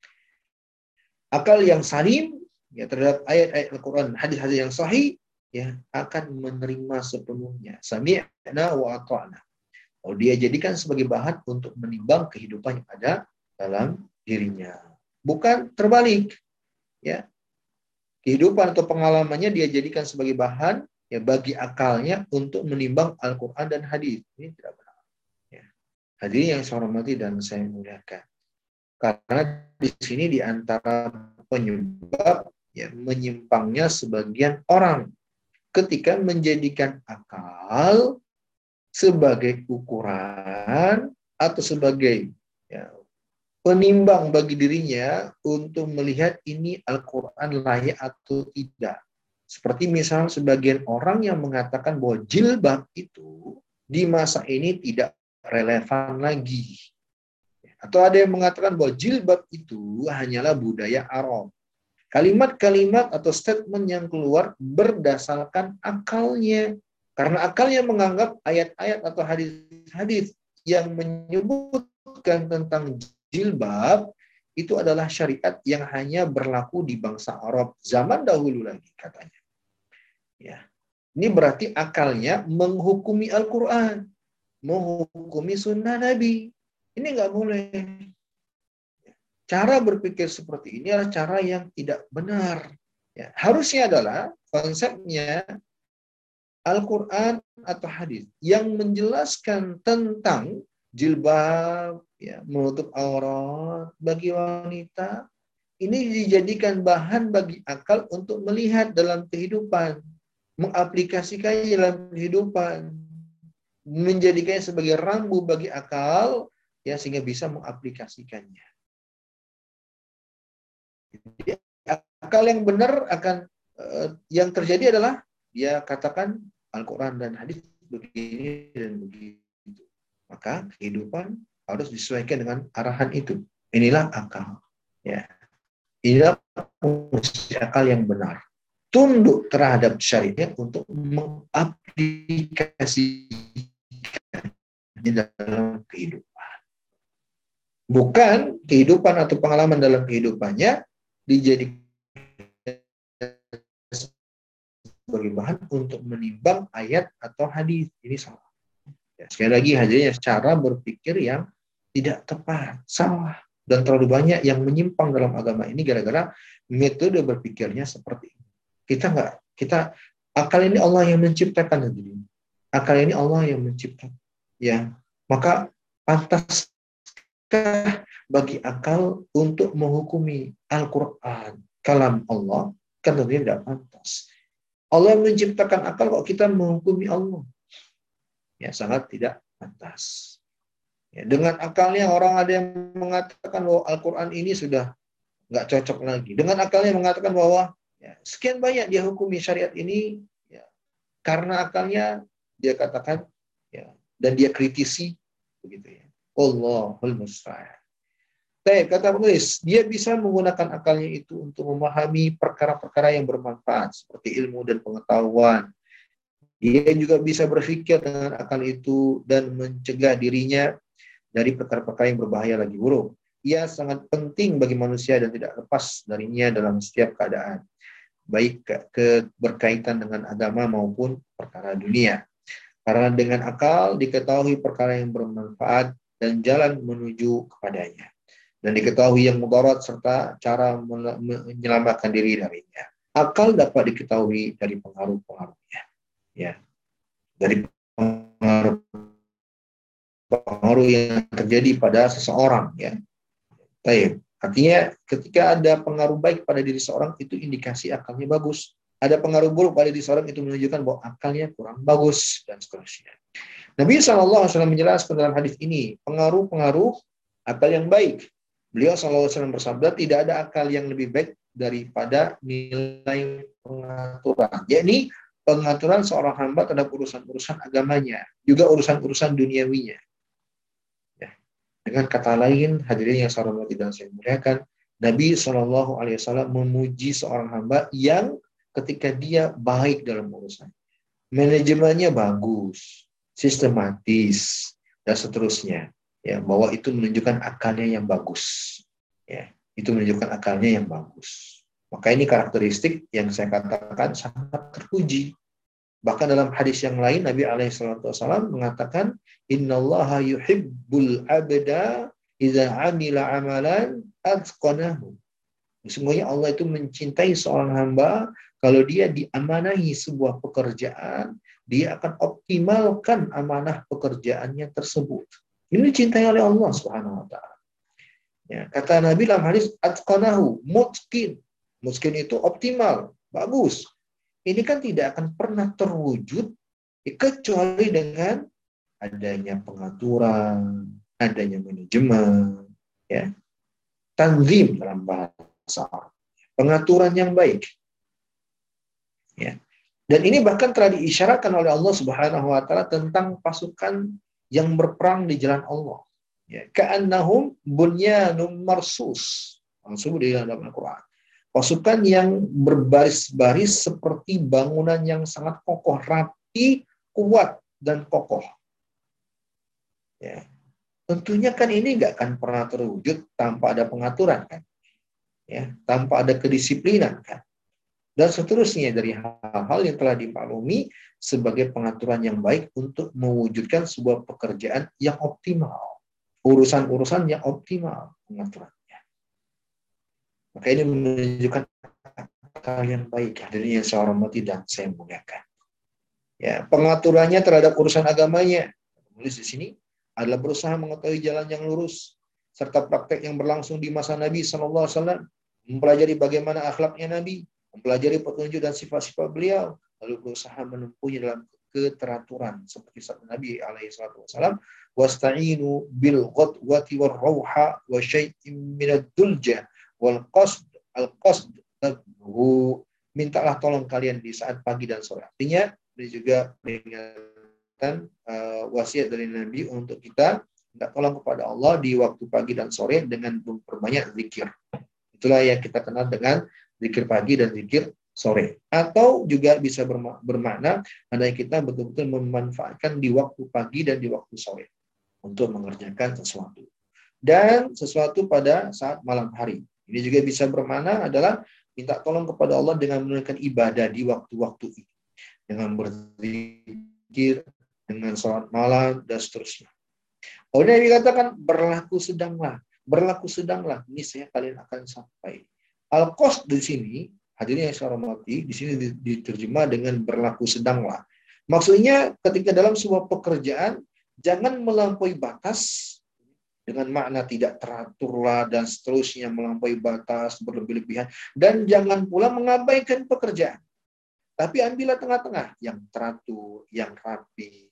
akal yang salim ya terhadap ayat-ayat Al-Quran, hadis-hadis yang sahih ya akan menerima sepenuhnya. Sami'na wa ata'na. Oh, dia jadikan sebagai bahan untuk menimbang kehidupan yang ada dalam dirinya. Bukan terbalik. Ya. Kehidupan atau pengalamannya dia jadikan sebagai bahan ya bagi akalnya untuk menimbang Al-Quran dan hadis. Ini tidak benar. Ya. Hadirin yang saya hormati dan saya muliakan. Karena di sini di antara penyebab ya menyimpangnya sebagian orang ketika menjadikan akal sebagai ukuran atau sebagai ya, penimbang bagi dirinya untuk melihat ini Al-Quran layak atau tidak. Seperti misal sebagian orang yang mengatakan bahwa jilbab itu di masa ini tidak relevan lagi. Atau ada yang mengatakan bahwa jilbab itu hanyalah budaya Arab. Kalimat-kalimat atau statement yang keluar berdasarkan akalnya. Karena akalnya menganggap ayat-ayat atau hadis-hadis yang menyebutkan tentang jilbab itu adalah syariat yang hanya berlaku di bangsa Arab zaman dahulu lagi katanya. Ya. Ini berarti akalnya menghukumi Al-Quran, menghukumi sunnah Nabi. Ini nggak boleh. Cara berpikir seperti ini adalah cara yang tidak benar. Ya, harusnya adalah konsepnya Al-Quran atau hadis yang menjelaskan tentang jilbab, ya, menutup aurat bagi wanita. Ini dijadikan bahan bagi akal untuk melihat dalam kehidupan, mengaplikasikannya dalam kehidupan. menjadikannya sebagai rambu bagi akal, ya, sehingga bisa mengaplikasikannya. Jadi, akal yang benar akan uh, yang terjadi adalah dia katakan Al-Quran dan hadis begini dan begitu. Maka kehidupan harus disesuaikan dengan arahan itu. Inilah akal. Ya. Inilah fungsi akal yang benar. Tunduk terhadap syariat untuk mengaplikasikan di dalam kehidupan. Bukan kehidupan atau pengalaman dalam kehidupannya dijadikan sebagai bahan untuk menimbang ayat atau hadis. Ini salah. Ya, sekali lagi hadirnya cara berpikir yang tidak tepat, salah. Dan terlalu banyak yang menyimpang dalam agama ini gara-gara metode berpikirnya seperti ini. Kita nggak, kita akal ini Allah yang menciptakan ini. Akal ini Allah yang menciptakan. Ya, maka pantaskah bagi akal untuk menghukumi Al-Quran, kalam Allah? Kan tentunya tidak pantas. Allah menciptakan akal, kok kita menghukumi Allah? Ya, sangat tidak pantas. Ya, dengan akalnya orang ada yang mengatakan bahwa Al-Quran ini sudah nggak cocok lagi. Dengan akalnya mengatakan bahwa ya, sekian banyak dia hukumi syariat ini ya, karena akalnya dia katakan ya, dan dia kritisi begitu ya. Allahul musta'an. Baik, kata penulis, dia bisa menggunakan akalnya itu untuk memahami perkara-perkara yang bermanfaat seperti ilmu dan pengetahuan. Dia juga bisa berpikir dengan akal itu dan mencegah dirinya dari perkara-perkara yang berbahaya lagi buruk. Ia sangat penting bagi manusia dan tidak lepas darinya dalam setiap keadaan, baik ke, ke berkaitan dengan agama maupun perkara dunia. Karena dengan akal diketahui perkara yang bermanfaat dan jalan menuju kepadanya, dan diketahui yang mudarat serta cara menyelamatkan diri darinya. Akal dapat diketahui dari pengaruh-pengaruhnya, ya, dari pengaruh pengaruh yang terjadi pada seseorang, ya. Baik. Artinya ketika ada pengaruh baik pada diri seorang itu indikasi akalnya bagus. Ada pengaruh buruk pada diri seorang itu menunjukkan bahwa akalnya kurang bagus dan seterusnya. Nabi shallallahu alaihi wasallam menjelaskan dalam hadis ini pengaruh-pengaruh akal yang baik. Beliau shallallahu alaihi wasallam bersabda, tidak ada akal yang lebih baik daripada nilai pengaturan. Yakni pengaturan seorang hamba terhadap urusan-urusan agamanya, juga urusan-urusan duniawinya. Dengan kata lain, hadirin yang saya hormati dan saya muliakan, Nabi shallallahu alaihi wasallam memuji seorang hamba yang ketika dia baik dalam urusan, manajemennya bagus, sistematis, dan seterusnya. Ya, bahwa itu menunjukkan akalnya yang bagus. Ya, itu menunjukkan akalnya yang bagus. Maka ini karakteristik yang saya katakan sangat terpuji. Bahkan dalam hadis yang lain Nabi alaihi wasallam mengatakan, innallaha yuhibbul abda idza amila amalan atqanahu. Sesungguhnya Allah itu mencintai seorang hamba kalau dia diamanahi sebuah pekerjaan, dia akan optimalkan amanah pekerjaannya tersebut. Ini dicintai oleh Allah Subhanahu wa taala. Ya, kata Nabi dalam hadis atqanahu, mutqin. Mutqin itu optimal, bagus. Ini kan tidak akan pernah terwujud kecuali dengan adanya pengaturan, adanya manajemen, ya, tanzim dalam bahasa Arab, pengaturan yang baik, ya. Dan ini bahkan telah diisyaratkan oleh Allah Subhanahu Wa Taala tentang pasukan yang berperang di jalan Allah, ya, ka'annahum bunyanun marsus, disebut di dalam Al-Quran. Pasukan yang berbaris-baris seperti bangunan yang sangat kokoh, rapi, kuat, dan kokoh. Ya. Tentunya kan ini nggak akan pernah terwujud tanpa ada pengaturan, kan? Ya, tanpa ada kedisiplinan, kan? Dan seterusnya dari hal-hal yang telah dimaklumi sebagai pengaturan yang baik untuk mewujudkan sebuah pekerjaan yang optimal, urusan-urusan yang optimal pengaturan. Maka ini menunjukkan akal yang baik, hadirin yang saya hormati dan saya muliakan. Ya, pengaturannya terhadap urusan agamanya, menulis di sini, adalah berusaha mengetahui jalan yang lurus serta praktek yang berlangsung di masa Nabi shallallahu alaihi wasallam, mempelajari bagaimana akhlaknya Nabi, mempelajari petunjuk dan sifat-sifat beliau, lalu berusaha menempuhnya dalam keteraturan seperti sabda Nabi alaihi salatu wasallam, wasta'inu bil ghadwati war rauha wa syai'in minad dulja wal qasd al qasd tabhu. Mintalah tolong kalian di saat pagi dan sore. Artinya ini juga peringatan uh, wasiat dari Nabi untuk kita minta tolong kepada Allah di waktu pagi dan sore dengan memperbanyak zikir. Itulah yang kita kenal dengan zikir pagi dan zikir sore. Atau juga bisa bermakna andai kita betul-betul memanfaatkan di waktu pagi dan di waktu sore untuk mengerjakan sesuatu. Dan sesuatu pada saat malam hari. Ini juga bisa bermakna adalah minta tolong kepada Allah dengan menunaikan ibadah di waktu-waktu ini. Dengan berzikir, dengan sholat malam, dan seterusnya. Kemudian Nabi katakan, berlaku sedanglah. Berlaku sedanglah. Ini saya kalian akan sampai. Al-qasd di sini, hadirin yang saya hormati, di sini diterjemah dengan berlaku sedanglah. Maksudnya ketika dalam sebuah pekerjaan, jangan melampaui batas, dengan makna tidak teraturlah dan seterusnya, melampaui batas, berlebih-lebihan. Dan jangan pula mengabaikan pekerjaan. Tapi ambillah tengah-tengah, yang teratur, yang rapi.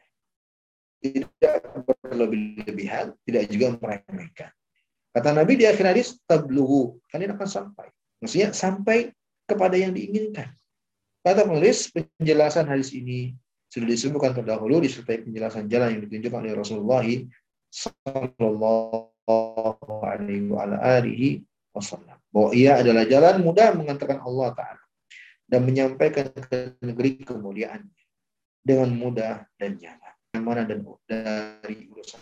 Tidak berlebih-lebihan, tidak juga meremehkan. Kata Nabi di akhir hadis, tablughu, kalian akan sampai. Maksudnya sampai kepada yang diinginkan. Kata penulis, penjelasan hadis ini sudah disebutkan terdahulu disertai penjelasan jalan yang ditunjukkan oleh Rasulullah sallallahu alaihi wasallam, bahwa ia adalah jalan mudah mengantarkan Allah Ta'ala dan menyampaikan ke negeri kemuliaannya dengan mudah dan nyaman, amanah dan dari urusan.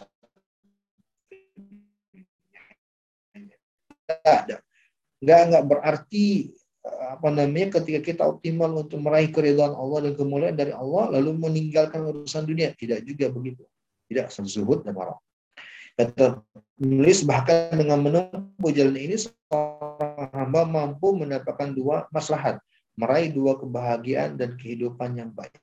Nggak ada, nggak nggak berarti apa namanya ketika kita optimal untuk meraih keridhaan Allah dan kemuliaan dari Allah lalu meninggalkan urusan dunia. Tidak juga begitu. Tidak, zuhud dan warok. Kata penulis, bahkan dengan menempuh jalan ini seorang hamba mampu mendapatkan dua maslahat, meraih dua kebahagiaan dan kehidupan yang baik.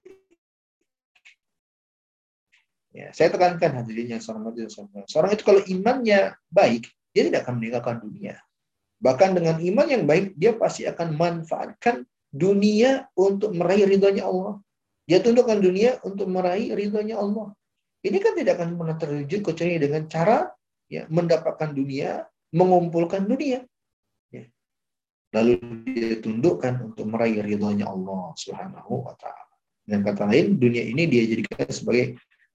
Ya, saya tekankan hadirin yang saya hormati, seorang itu kalau imannya baik, dia tidak akan meninggalkan dunia. Bahkan dengan iman yang baik, dia pasti akan manfaatkan dunia untuk meraih ridhonya Allah. Dia tundukkan dunia untuk meraih ridhonya Allah. Ini kan tidak akan pernah terwujud kecuali dengan cara ya, mendapatkan dunia, mengumpulkan dunia. Ya. Lalu dia tundukkan untuk meraih ridhonya Allah Subhanahu wa Ta'ala. Dengan kata lain, dunia ini dia jadikan sebagai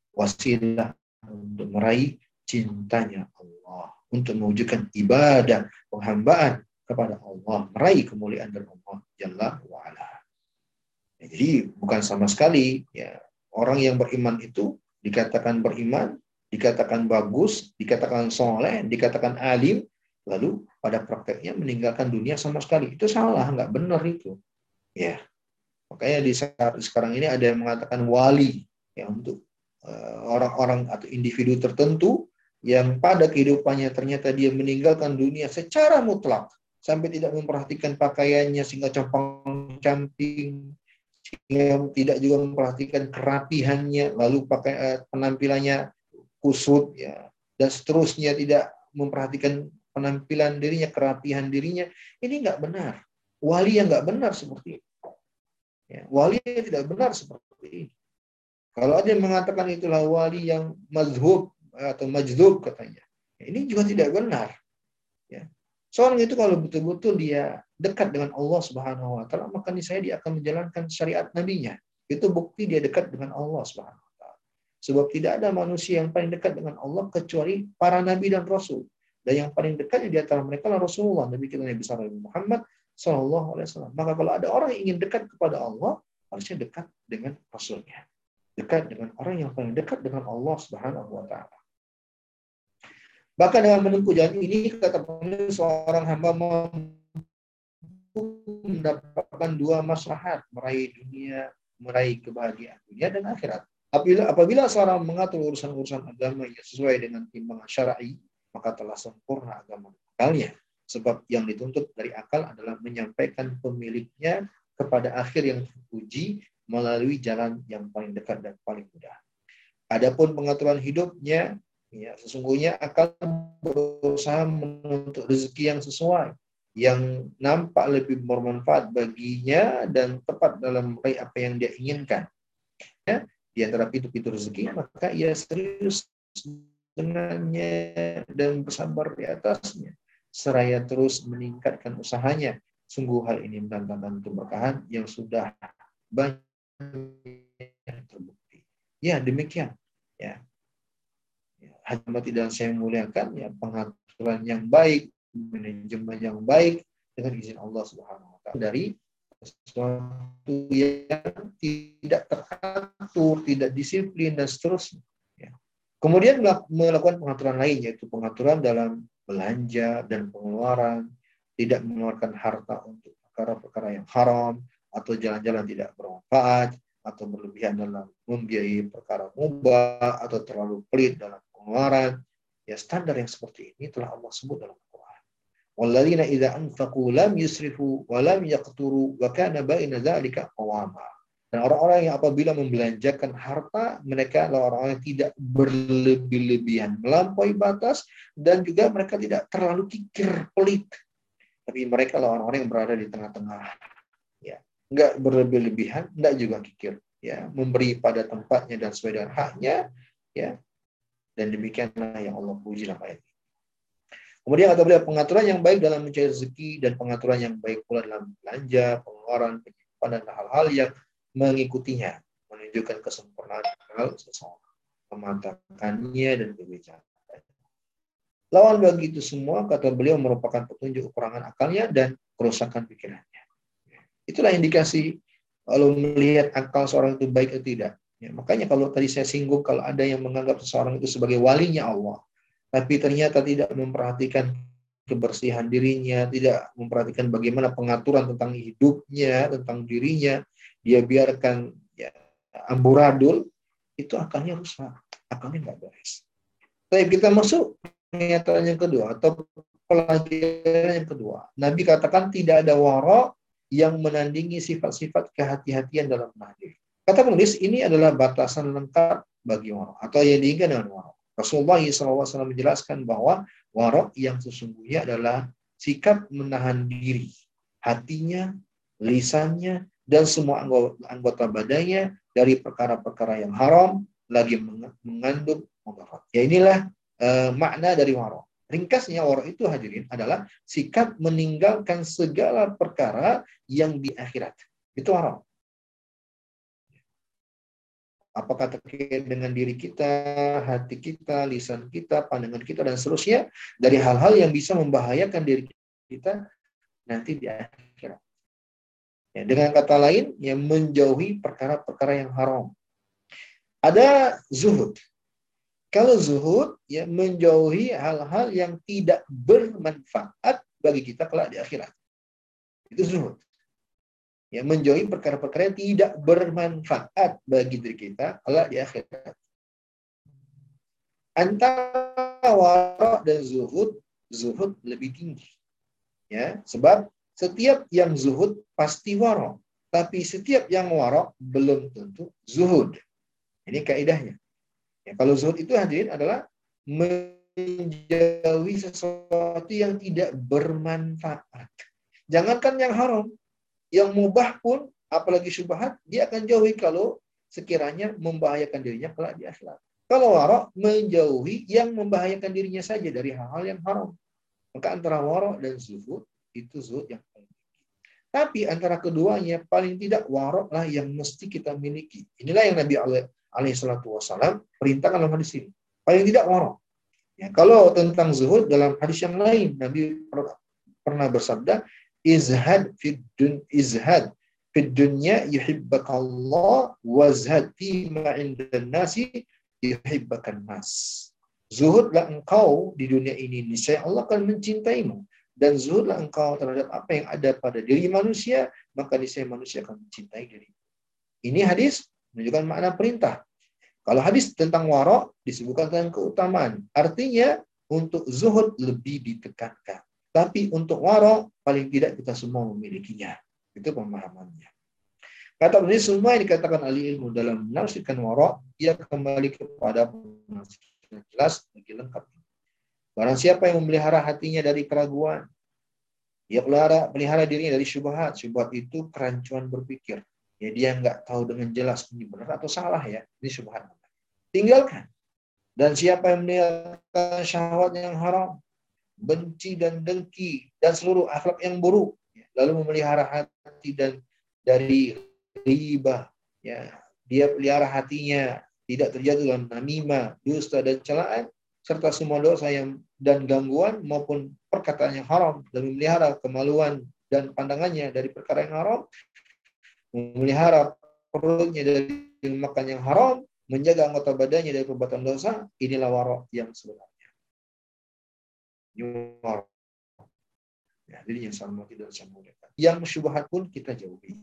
wasilah untuk meraih cintanya Allah, untuk mewujudkan ibadah, penghambaan kepada Allah, meraih kemuliaan dari Allah Jalla wa'ala. Ya, jadi bukan sama sekali ya orang yang beriman itu dikatakan beriman, dikatakan bagus, dikatakan soleh, dikatakan alim, lalu pada prakteknya meninggalkan dunia sama sekali. Itu salah, nggak benar itu. Ya, makanya di saat sekarang ini ada yang mengatakan wali ya untuk uh, orang-orang atau individu tertentu yang pada kehidupannya ternyata dia meninggalkan dunia secara mutlak sampai tidak memperhatikan pakaiannya sehingga compang-camping, sehingga tidak juga memperhatikan kerapihannya, lalu pakai uh, penampilannya kusut ya dan seterusnya, tidak memperhatikan penampilan dirinya, kerapihan dirinya. Ini nggak benar. Wali yang nggak benar seperti itu. Ya, wali yang tidak benar seperti ini. Kalau ada yang mengatakan itulah wali yang mazhub atau majdub katanya, ini juga tidak benar. Ya. Seorang itu kalau betul-betul dia dekat dengan Allah Subhanahu wa Ta'ala, maka niscaya dia akan menjalankan syariat nabinya. Itu bukti dia dekat dengan Allah Subhanahu wa Ta'ala. Sebab tidak ada manusia yang paling dekat dengan Allah kecuali para nabi dan rasul. Dan yang paling dekat di antara mereka adalah Rasulullah, Nabi kita Nabi besar Muhammad sallallahu alaihi wasallam. Maka kalau ada orang yang ingin dekat kepada Allah, harusnya dekat dengan Rasulnya. Dekat dengan orang yang paling dekat dengan Allah Subhanahu wa Ta'ala. Bahkan dengan menempuh jalan ini, kata penulis, seorang hamba mampu mendapatkan dua maslahat, meraih dunia, meraih kebahagiaan dunia dan akhirat. Apabila, apabila seorang mengatur urusan-urusan agamanya sesuai dengan timbangan syar'i, maka telah sempurna agama akalnya. Sebab yang dituntut dari akal adalah menyampaikan pemiliknya kepada akhir yang terpuji melalui jalan yang paling dekat dan paling mudah. Adapun pengaturan hidupnya, ya, sesungguhnya akal berusaha menuntut rezeki yang sesuai, yang nampak lebih bermanfaat baginya dan tepat dalam meraih apa yang dia inginkan. di antara pintu-pintu rezeki, maka ia serius dengannya dan bersabar di atasnya, seraya terus meningkatkan usahanya. Sungguh hal ini mendatangkan keberkahan yang sudah banyak terbukti. Ya, demikian. Ya. Hadirin dan saya muliakan, ya, pengaturan yang baik, manajemen yang baik dengan izin Allah Subhanahu wa taala dari sesuatu yang tidak teratur, tidak disiplin dan seterusnya. Ya. Kemudian melakukan pengaturan lain, yaitu pengaturan dalam belanja dan pengeluaran, tidak mengeluarkan harta untuk perkara-perkara yang haram atau jalan-jalan tidak bermanfaat atau berlebihan dalam membiayai perkara mubah atau terlalu pelit dalam pengeluaran. Ya, standar yang seperti ini telah Allah sebut dalam Al-Quran. Walladzina idza anfaqu lam yusrifu wa lam yaqturu wa kana baina dzalika qawama. Dan orang-orang yang apabila membelanjakan harta, mereka adalah orang-orang yang tidak berlebih-lebihan, melampaui batas, dan juga mereka tidak terlalu kikir, pelit. Tapi mereka adalah orang-orang yang berada di tengah-tengah. Ya, enggak berlebih-lebihan, enggak juga kikir. Ya, memberi pada tempatnya dan sesuai dengan haknya. Ya, dan demikianlah yang Allah puji dalam ayat ini. Kemudian kata beliau, pengaturan yang baik dalam mencari rezeki dan pengaturan yang baik pula dalam belanja, pengeluaran, penyimpanan, dan hal-hal yang mengikutinya menunjukkan kesempurnaan hal seseorang, kemantapannya dan kebijaksanaan. Lawan bagi itu semua, kata beliau, merupakan petunjuk kekurangan akalnya dan kerusakan pikirannya. Itulah indikasi kalau melihat akal seorang itu baik atau tidak. Ya, makanya kalau tadi saya singgung, kalau ada yang menganggap seseorang itu sebagai walinya Allah, tapi ternyata tidak memperhatikan kebersihan dirinya, tidak memperhatikan bagaimana pengaturan tentang hidupnya, tentang dirinya, dia biarkan, ya, amburadul, itu akalnya rusak, akalnya nggak beres. Tapi kita masuk pernyataan yang kedua atau pelajaran yang kedua. Nabi katakan tidak ada wara yang menandingi sifat-sifat kehati-hatian dalam menahan. Kata penulis, ini adalah batasan lengkap bagi wara atau yang diinginkan dengan wara. Rasulullah shallallahu alaihi wasallam menjelaskan bahwa wara yang sesungguhnya adalah sikap menahan diri, hatinya, lisannya, dan semua anggota badannya dari perkara-perkara yang haram lagi mengandung mudarat. Ya, inilah uh, makna dari wara. Ringkasnya wara itu, hadirin, adalah sikap meninggalkan segala perkara yang di akhirat. Itu wara. Apakah terkait dengan diri kita, hati kita, lisan kita, pandangan kita, dan seterusnya, dari hal-hal yang bisa membahayakan diri kita nanti di akhirat. Ya, dengan kata lain, yang menjauhi perkara-perkara yang haram. Ada zuhud. Kalau zuhud, ya, menjauhi hal-hal yang tidak bermanfaat bagi kita kelak di akhirat. Itu zuhud. Ya, menjauhi perkara-perkara yang tidak bermanfaat bagi diri kita kelak di akhirat. Antara wara dan zuhud, zuhud lebih tinggi. Ya, sebab setiap yang zuhud pasti wara, tapi setiap yang wara belum tentu zuhud. Ini kaidahnya. Ya, kalau zuhud itu, hadirin, adalah menjauhi sesuatu yang tidak bermanfaat. Jangankan yang haram, yang mubah pun, apalagi syubhat, dia akan jauhi kalau sekiranya membahayakan dirinya kelak di akhirat. Kalau wara, menjauhi yang membahayakan dirinya saja dari hal-hal yang haram. Maka antara wara dan zuhud, itu zuhud yang paling tinggi. Tapi antara keduanya, paling tidak wara lah yang mesti kita miliki. Inilah yang Nabi alaihi salatu wassalam perintahkan dalam hadis ini. Paling tidak wara. Ya, kalau tentang zuhud dalam hadis yang lain, Nabi pernah bersabda, izhad fid dun izhad fid dunya yuhibbakallah wazhad fi ma 'indan nasi yuhibbakan nas. Zuhudlah engkau di dunia ini, niscaya Allah akan mencintaimu, dan zuhudlah engkau terhadap apa yang ada pada diri manusia, maka niscaya manusia akan mencintai dirimu. Ini hadis menunjukkan makna perintah. Kalau hadis tentang wara disebutkan tentang keutamaan, artinya untuk zuhud lebih ditekankan. Tapi untuk wara paling tidak kita semua memilikinya. Itu pemahamannya. Kata penulis, semua yang dikatakan ahli ilmu dalam menafsirkan wara, ia kembali kepada penafsiran yang jelas lagi lengkap. Barang siapa yang memelihara hatinya dari keraguan, ia pelihara, pelihara dirinya dari syubhat. Syubhat itu kerancuan berpikir. ya dia nggak tahu dengan jelas ini benar atau salah ya, ini syubhat. Tinggalkan. Dan siapa yang meninggalkan syahwat yang haram, benci dan dengki dan seluruh akhlak yang buruk, lalu memelihara hati dan dari riba, ya dia pelihara hatinya tidak terjatuh dalam namimah, dusta dan celaan serta semua dosa yang dan gangguan maupun perkataan yang haram, dan memelihara kemaluan dan pandangannya dari perkara yang haram, memelihara perutnya dari makan yang haram, menjaga anggota badannya dari perbuatan dosa. Inilah wara' yang sebenarnya. Wara'. Ya, jadi yang sama tidak bisa muliakan. Yang syubhat pun kita jauhi.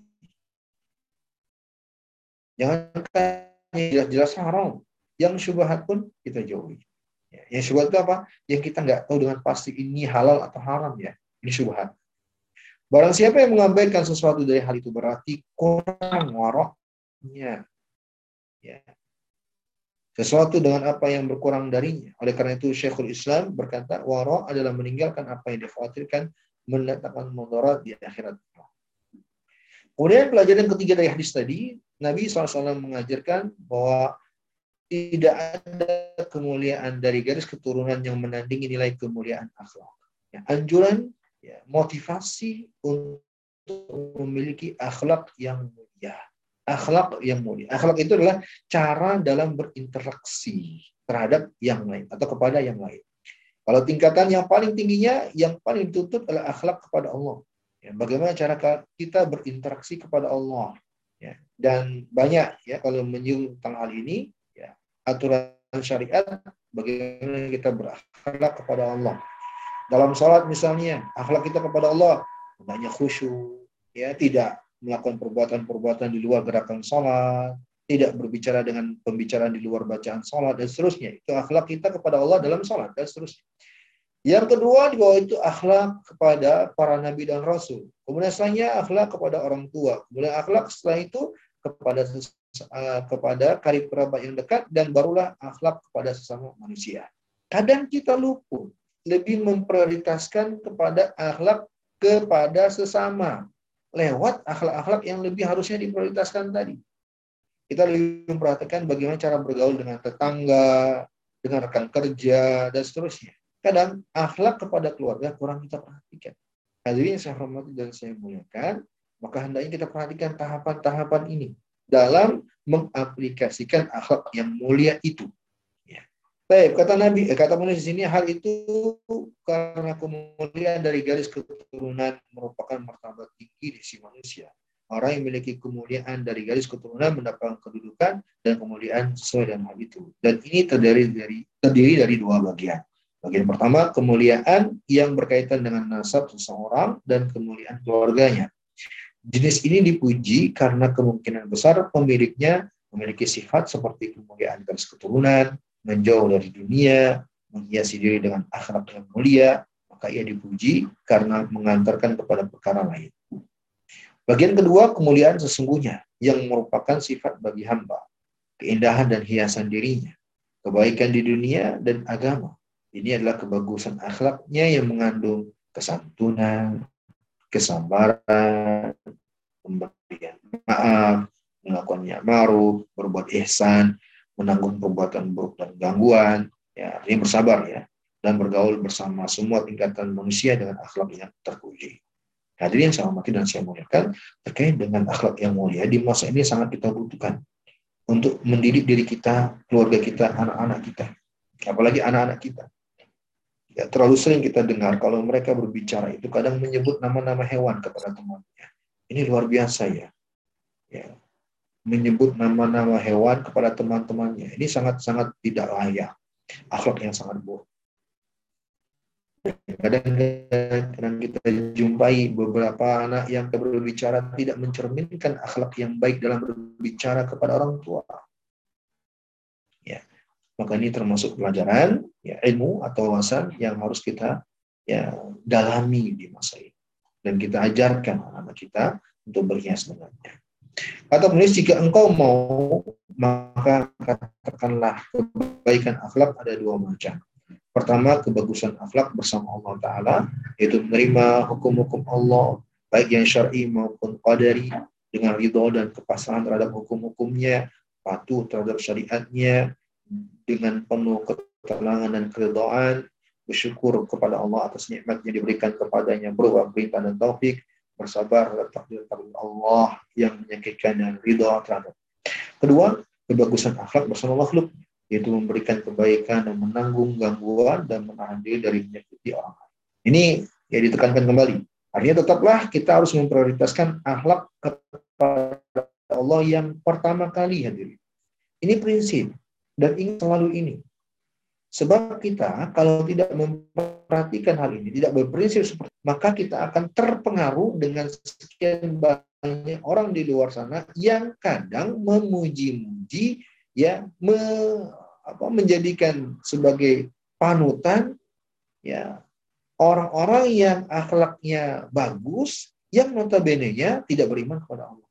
Jangan jelas-jelas haram. Yang syubhat pun kita jauhi. Ya, yang syubhat itu apa? Yang kita nggak tahu dengan pasti ini halal atau haram ya. Ini syubhat. Barang siapa yang mengabaikan sesuatu dari hal itu berarti kurang waroknya. Ya. Sesuatu dengan apa yang berkurang darinya. Oleh karena itu Syekhul Islam berkata, warok adalah meninggalkan apa yang dikhawatirkan mendatangkan mudarat di akhirat. Kemudian pelajaran ketiga dari hadis tadi, Nabi shallallahu alaihi wasallam mengajarkan bahwa tidak ada kemuliaan dari garis keturunan yang menandingi nilai kemuliaan akhlak. Ya, anjuran, ya, motivasi untuk memiliki akhlak yang mulia. Akhlak yang mulia. Akhlak itu adalah cara dalam berinteraksi terhadap yang lain atau kepada yang lain. Kalau tingkatan yang paling tingginya, yang paling dituntut adalah akhlak kepada Allah. Ya, bagaimana cara kita berinteraksi kepada Allah. Ya, dan banyak ya kalau menyinggung tentang hal ini, ya, aturan syariat bagaimana kita berakhlak kepada Allah. Dalam salat misalnya, akhlak kita kepada Allah banyak khusyuk, ya, tidak melakukan perbuatan-perbuatan di luar gerakan salat, tidak berbicara dengan pembicaraan di luar bacaan salat dan seterusnya. Itu akhlak kita kepada Allah dalam salat dan seterusnya. Yang kedua di bawah itu akhlak kepada para nabi dan rasul. Kemudian setelahnya akhlak kepada orang tua. Kemudian akhlak setelah itu kepada uh, kepada karib kerabat yang dekat, dan barulah akhlak kepada sesama manusia. Kadang kita lupa lebih memprioritaskan kepada akhlak kepada sesama lewat akhlak-akhlak yang lebih harusnya diprioritaskan tadi. Kita lebih memperhatikan bagaimana cara bergaul dengan tetangga, dengan rekan kerja, dan seterusnya. Kadang akhlak kepada keluarga kurang kita perhatikan. Hadirin yang saya hormati dan saya muliakan, maka hendaknya kita perhatikan tahapan-tahapan ini dalam mengaplikasikan akhlak yang mulia itu. Ya. Baik, kata Nabi, kata penulis di sini, hal itu karena kemuliaan dari garis keturunan merupakan martabat tinggi di si manusia. Orang yang memiliki kemuliaan dari garis keturunan mendapatkan kedudukan dan kemuliaan sesuai dengan hal itu. Dan ini terdiri dari terdiri dari dua bagian. Bagian pertama, kemuliaan yang berkaitan dengan nasab seseorang dan kemuliaan keluarganya. Jenis ini dipuji karena kemungkinan besar pemiliknya memiliki sifat seperti kemuliaan garis keturunan, menjauh dari dunia, menghiasi diri dengan akhlak yang mulia, maka ia dipuji karena mengantarkan kepada perkara lain. Bagian kedua, kemuliaan sesungguhnya yang merupakan sifat bagi hamba, keindahan dan hiasan dirinya, kebaikan di dunia dan agama. Ini adalah kebagusan akhlaknya yang mengandung kesantunan, kesabaran, pemberian maaf, melakukan ma'ruf, berbuat ihsan, menanggung perbuatan buruk dan gangguan, ya, artinya bersabar ya, dan bergaul bersama semua tingkatan manusia dengan akhlak yang terpuji. Hadirin yang saya hormati dan saya muliakan, terkait dengan akhlak yang mulia di masa ini sangat kita butuhkan untuk mendidik diri kita, keluarga kita, anak-anak kita, apalagi anak-anak kita. Ya, terlalu sering kita dengar kalau mereka berbicara itu kadang menyebut nama-nama hewan kepada temannya. Ini luar biasa ya. Ya. Menyebut nama-nama hewan kepada teman-temannya. Ini sangat-sangat tidak layak. Akhlak yang sangat buruk. Kadang-kadang kita jumpai beberapa anak yang berbicara tidak mencerminkan akhlak yang baik dalam berbicara kepada orang tua. Ya. Maka ini termasuk pelajaran, ya, ilmu atau wawasan yang harus kita ya dalami di masa ini. Dan kita ajarkan anak-anak kita untuk berhias dengannya. Kata penulis, jika engkau mau, maka katakanlah kebaikan akhlak ada dua macam. Pertama, kebagusan akhlak bersama Allah Ta'ala, yaitu menerima hukum-hukum Allah, baik yang syar'i maupun qadari, dengan ridho dan kepasrahan terhadap hukum-hukumnya, patuh terhadap syariatnya, dengan penuh ketenangan dan keridhaan, bersyukur kepada Allah atas nikmat yang diberikan kepadanya berupa perintah dan taufik, bersabar terhadap takdir-takdir Allah yang menyakitkan dan ridha terhadap. Kedua, kebagusan akhlak bersama makhluk, yaitu memberikan kebaikan dan menanggung gangguan dan menahan diri dari menyakiti orang lain. Ini ya ditekankan kembali. Artinya tetaplah kita harus memprioritaskan akhlak kepada Allah yang pertama kali hadirin. Ini prinsip dan ingat selalu ini. Sebab kita kalau tidak memperhatikan hal ini, tidak berprinsip seperti itu, maka kita akan terpengaruh dengan sekian banyak orang di luar sana yang kadang memuji-muji, ya, me, apa, menjadikan sebagai panutan, ya, orang-orang yang akhlaknya bagus, yang notabene-nya tidak beriman kepada Allah.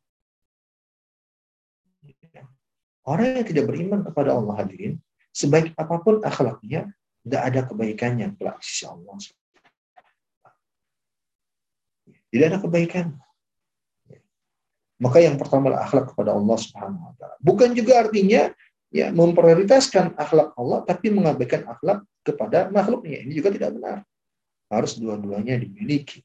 Orang yang tidak beriman kepada Allah, hadirin, sebaik apapun akhlaknya, tidak ada kebaikannya kelak di sisi Allah. Tidak ada kebaikan. Maka yang pertama adalah akhlak kepada Allah Subhanahu wa taala. Bukan juga artinya ya memprioritaskan akhlak Allah tapi mengabaikan akhlak kepada makhluknya. Ini juga tidak benar. Harus dua-duanya dimiliki.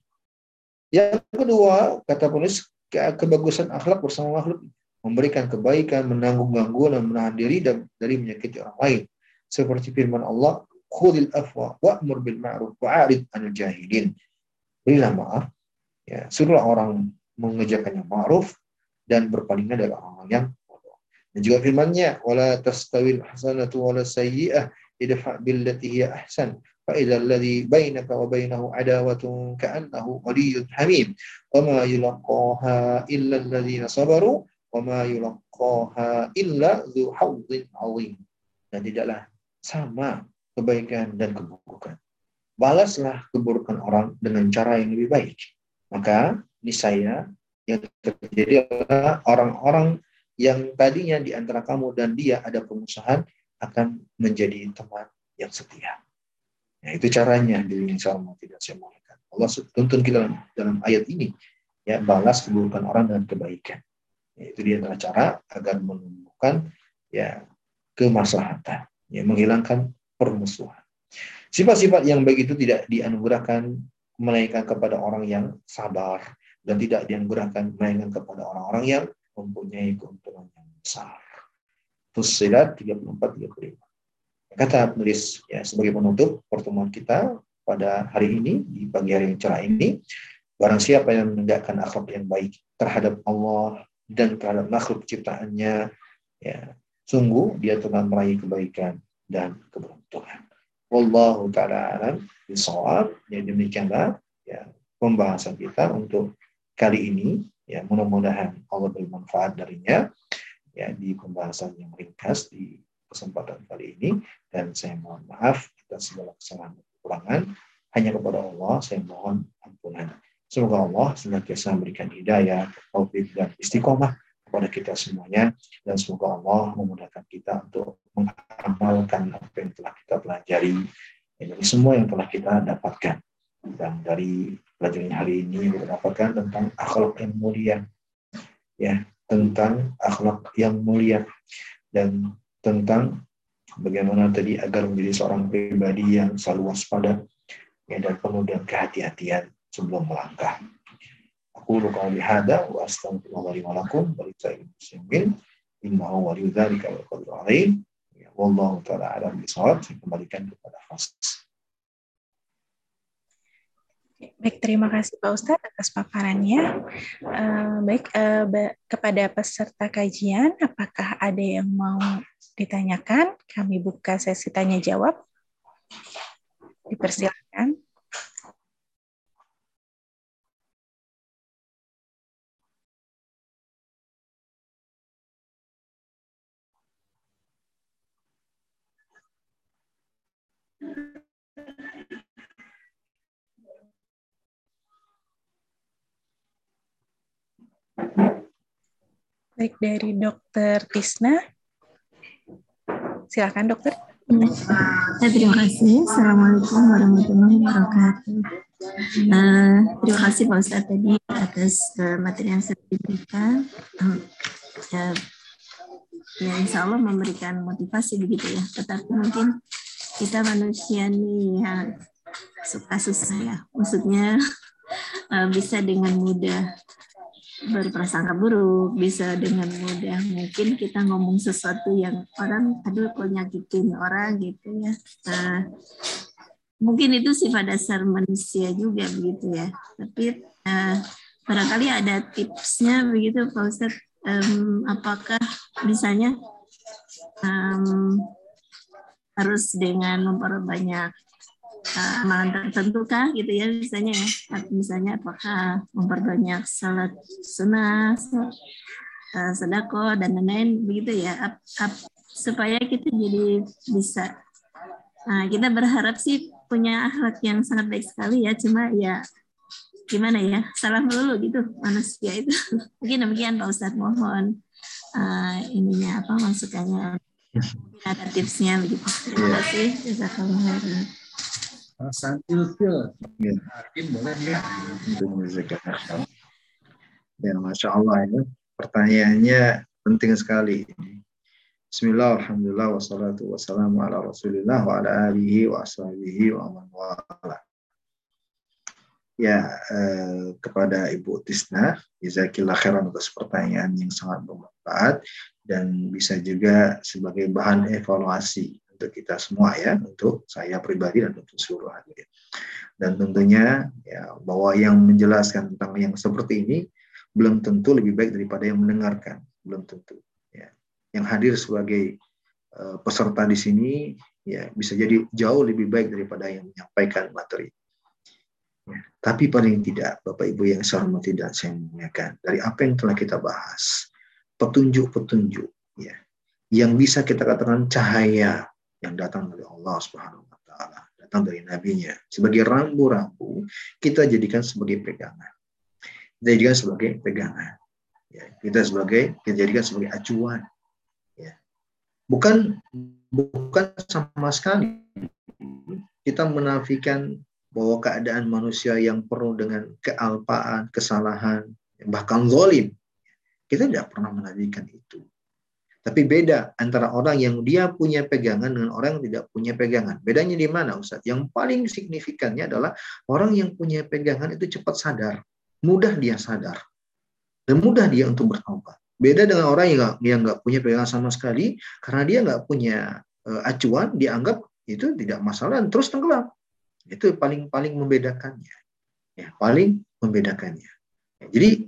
Yang kedua, kata penulis, kebagusan akhlak bersama makhluk, memberikan kebaikan, menanggung gangguan dan menahan diri dari menyakiti orang lain. Seperti firman Allah, khudil afwa wa'mur bil ma'ruf wa'arid 'anil jahilin. Berilah maaf, ya, suruhlah orang mengerjakan yang ma'ruf dan berpalinglah dari orang yang bodoh. Dan juga firman-Nya, wala tastawil hasanatu wala sayyi'ah idfa' billati hiya ahsan fa idzal ladzi bainaka wa bainahu adawatun ka'annahu waliyyun hamim wa ma yulaqaha illa alladzina sabaru wa ma yulaqaha illa dzu hawdzin 'adzim. Dan tidaklah sama kebaikan dan keburukan. Balaslah keburukan orang dengan cara yang lebih baik. Maka niscaya yang terjadi adalah orang-orang yang tadinya di antara kamu dan dia ada permusuhan akan menjadi teman yang setia. Nah, itu caranya di insyaallah tidak saya muliakan. Allah tuntun kita dalam, dalam ayat ini, ya, balas keburukan orang dengan kebaikan. Ya, itu dia adalah cara agar menumbuhkan ya kemaslahatan, ya, menghilangkan permusuhan. Sifat-sifat yang baik itu tidak dianugerahkan melainkan kepada orang yang sabar, dan tidak dianugerahkan melainkan kepada orang-orang yang mempunyai keuntungan yang besar. Fussilat tiga puluh empat tiga puluh lima. Kata penulis, ya, sebagai penutup pertemuan kita pada hari ini, di pagi hari yang cerah ini, barang siapa yang menegakkan akhlak yang baik terhadap Allah dan terhadap makhluk ciptaannya, ya, sungguh dia telah meraih kebaikan dan keberuntungan. Wallahu ta'ala alam bishawab. Ya, demikianlah ya pembahasan kita untuk kali ini. Ya, mudah-mudahan Allah bermanfaat darinya ya di pembahasan yang ringkas di kesempatan kali ini. Dan saya mohon maaf atas segala kesalahan dan kekurangan. Hanya kepada Allah saya mohon ampunan. Semoga Allah senantiasa memberikan hidayah, taufik dan istiqomah kepada kita semuanya, dan semoga Allah memudahkan kita untuk mengamalkan apa yang telah kita pelajari, dari semua yang telah kita dapatkan. Dan dari pelajaran hari ini kita dapatkan tentang akhlak yang mulia, ya, tentang akhlak yang mulia, dan tentang bagaimana tadi agar menjadi seorang pribadi yang selalu waspada, ya, dan penuh dengan kehati-hatian sebelum melangkah. Aku qauli hada wa astaghfirullah li wa lakum wa lisa'il muslimin innahu waliyyu dzalika wal qadiru alaih. Ya, wallahu taala alam bishawab. Saya kembalikan kepada Fas. Baik, terima kasih Pak Ustadz atas paparannya. Uh, baik, uh, ba- kepada peserta kajian, apakah ada yang mau ditanyakan? Kami buka sesi tanya jawab. Dipersilakan. Baik, dari Dokter Tisna. Silakan, Dokter. Ya, terima kasih. Assalamualaikum warahmatullahi wabarakatuh. Uh, terima kasih Pak Ustadz tadi atas uh, materi yang sudah diberikan. Uh, ya, ya insya Allah memberikan motivasi begitu ya. Tetapi mungkin kita manusia nih ya, suka susah ya. Maksudnya uh, bisa dengan mudah berprasangka buruk, bisa dengan mudah mungkin kita ngomong sesuatu yang orang aduh kok nyakitin orang gitu ya. Uh, mungkin itu sifat dasar manusia juga begitu ya. Tapi uh, barangkali ada tipsnya begitu Pak Ustadz. Um, apakah misalnya um, harus dengan memperbanyak uh, amalan tertentu kah gitu ya misalnya ya, misalnya apakah memperbanyak salat sunnah, uh, sedekah dan lain-lain begitu ya, up, up, supaya kita jadi bisa. Nah, kita berharap sih punya akhlak yang sangat baik sekali ya, cuma ya gimana ya, salah melulu gitu manusia itu. Mungkin demikian Pak Ustadz, mohon uh, ininya apa masukannya, mungkin ada tipsnya begitu. Terima kasih. Jazakallah khairan. Ya, Masya Allah ya. Pertanyaannya penting sekali. Bismillah, alhamdulillah, wassalatu wassalamu ala rasulillah wa ala alihi wa ashabihi wa man wala. Ya, eh, kepada Ibu Tisna, jazakillah khairan atas pertanyaan yang sangat bermanfaat dan bisa juga sebagai bahan evaluasi untuk kita semua ya, untuk saya pribadi dan untuk seluruh hadirin. Dan tentunya ya bahwa yang menjelaskan tentang yang seperti ini belum tentu lebih baik daripada yang mendengarkan, belum tentu. Ya. Yang hadir sebagai uh, peserta di sini ya bisa jadi jauh lebih baik daripada yang menyampaikan materi. Ya. Tapi paling tidak, Bapak Ibu yang saya hormati dan saya muliakan, dari apa yang telah kita bahas, petunjuk-petunjuk ya, yang bisa kita katakan cahaya yang datang dari Allah Subhanahu wa taala, datang dari nabinya, sebagai rambu-rambu, kita jadikan sebagai pegangan. Kita jadikan sebagai pegangan. Ya, kita sebagai kita jadikan sebagai acuan. Ya. Bukan bukan sama sekali kita menafikan bahwa keadaan manusia yang penuh dengan kealpaan, kesalahan, bahkan zalim. Kita tidak pernah menafikan itu. Tapi beda antara orang yang dia punya pegangan dengan orang yang tidak punya pegangan. Bedanya di mana, Ustaz? Yang paling signifikannya adalah orang yang punya pegangan itu cepat sadar. Mudah dia sadar. Dan mudah dia untuk bertaubat. Beda dengan orang yang nggak yang nggak punya pegangan sama sekali, karena dia nggak punya uh, acuan, dianggap itu tidak masalah dan terus tenggelam. Itu paling paling membedakannya. Ya, paling membedakannya. Ya, jadi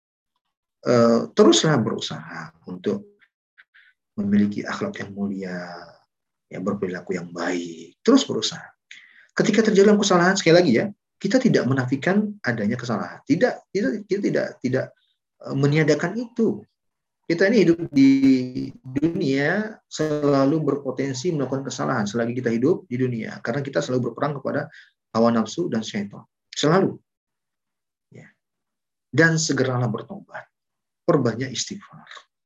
uh, teruslah berusaha untuk memiliki akhlak yang mulia, ya, berperilaku yang baik, terus berusaha. Ketika terjadi kesalahan, sekali lagi ya, kita tidak menafikan adanya kesalahan. Tidak, kita, kita tidak tidak meniadakan itu. Kita ini hidup di dunia selalu berpotensi melakukan kesalahan selagi kita hidup di dunia, karena kita selalu berperang kepada hawa nafsu dan syaitan. Selalu. Ya. Dan segeralah bertobat. Perbanyak istighfar.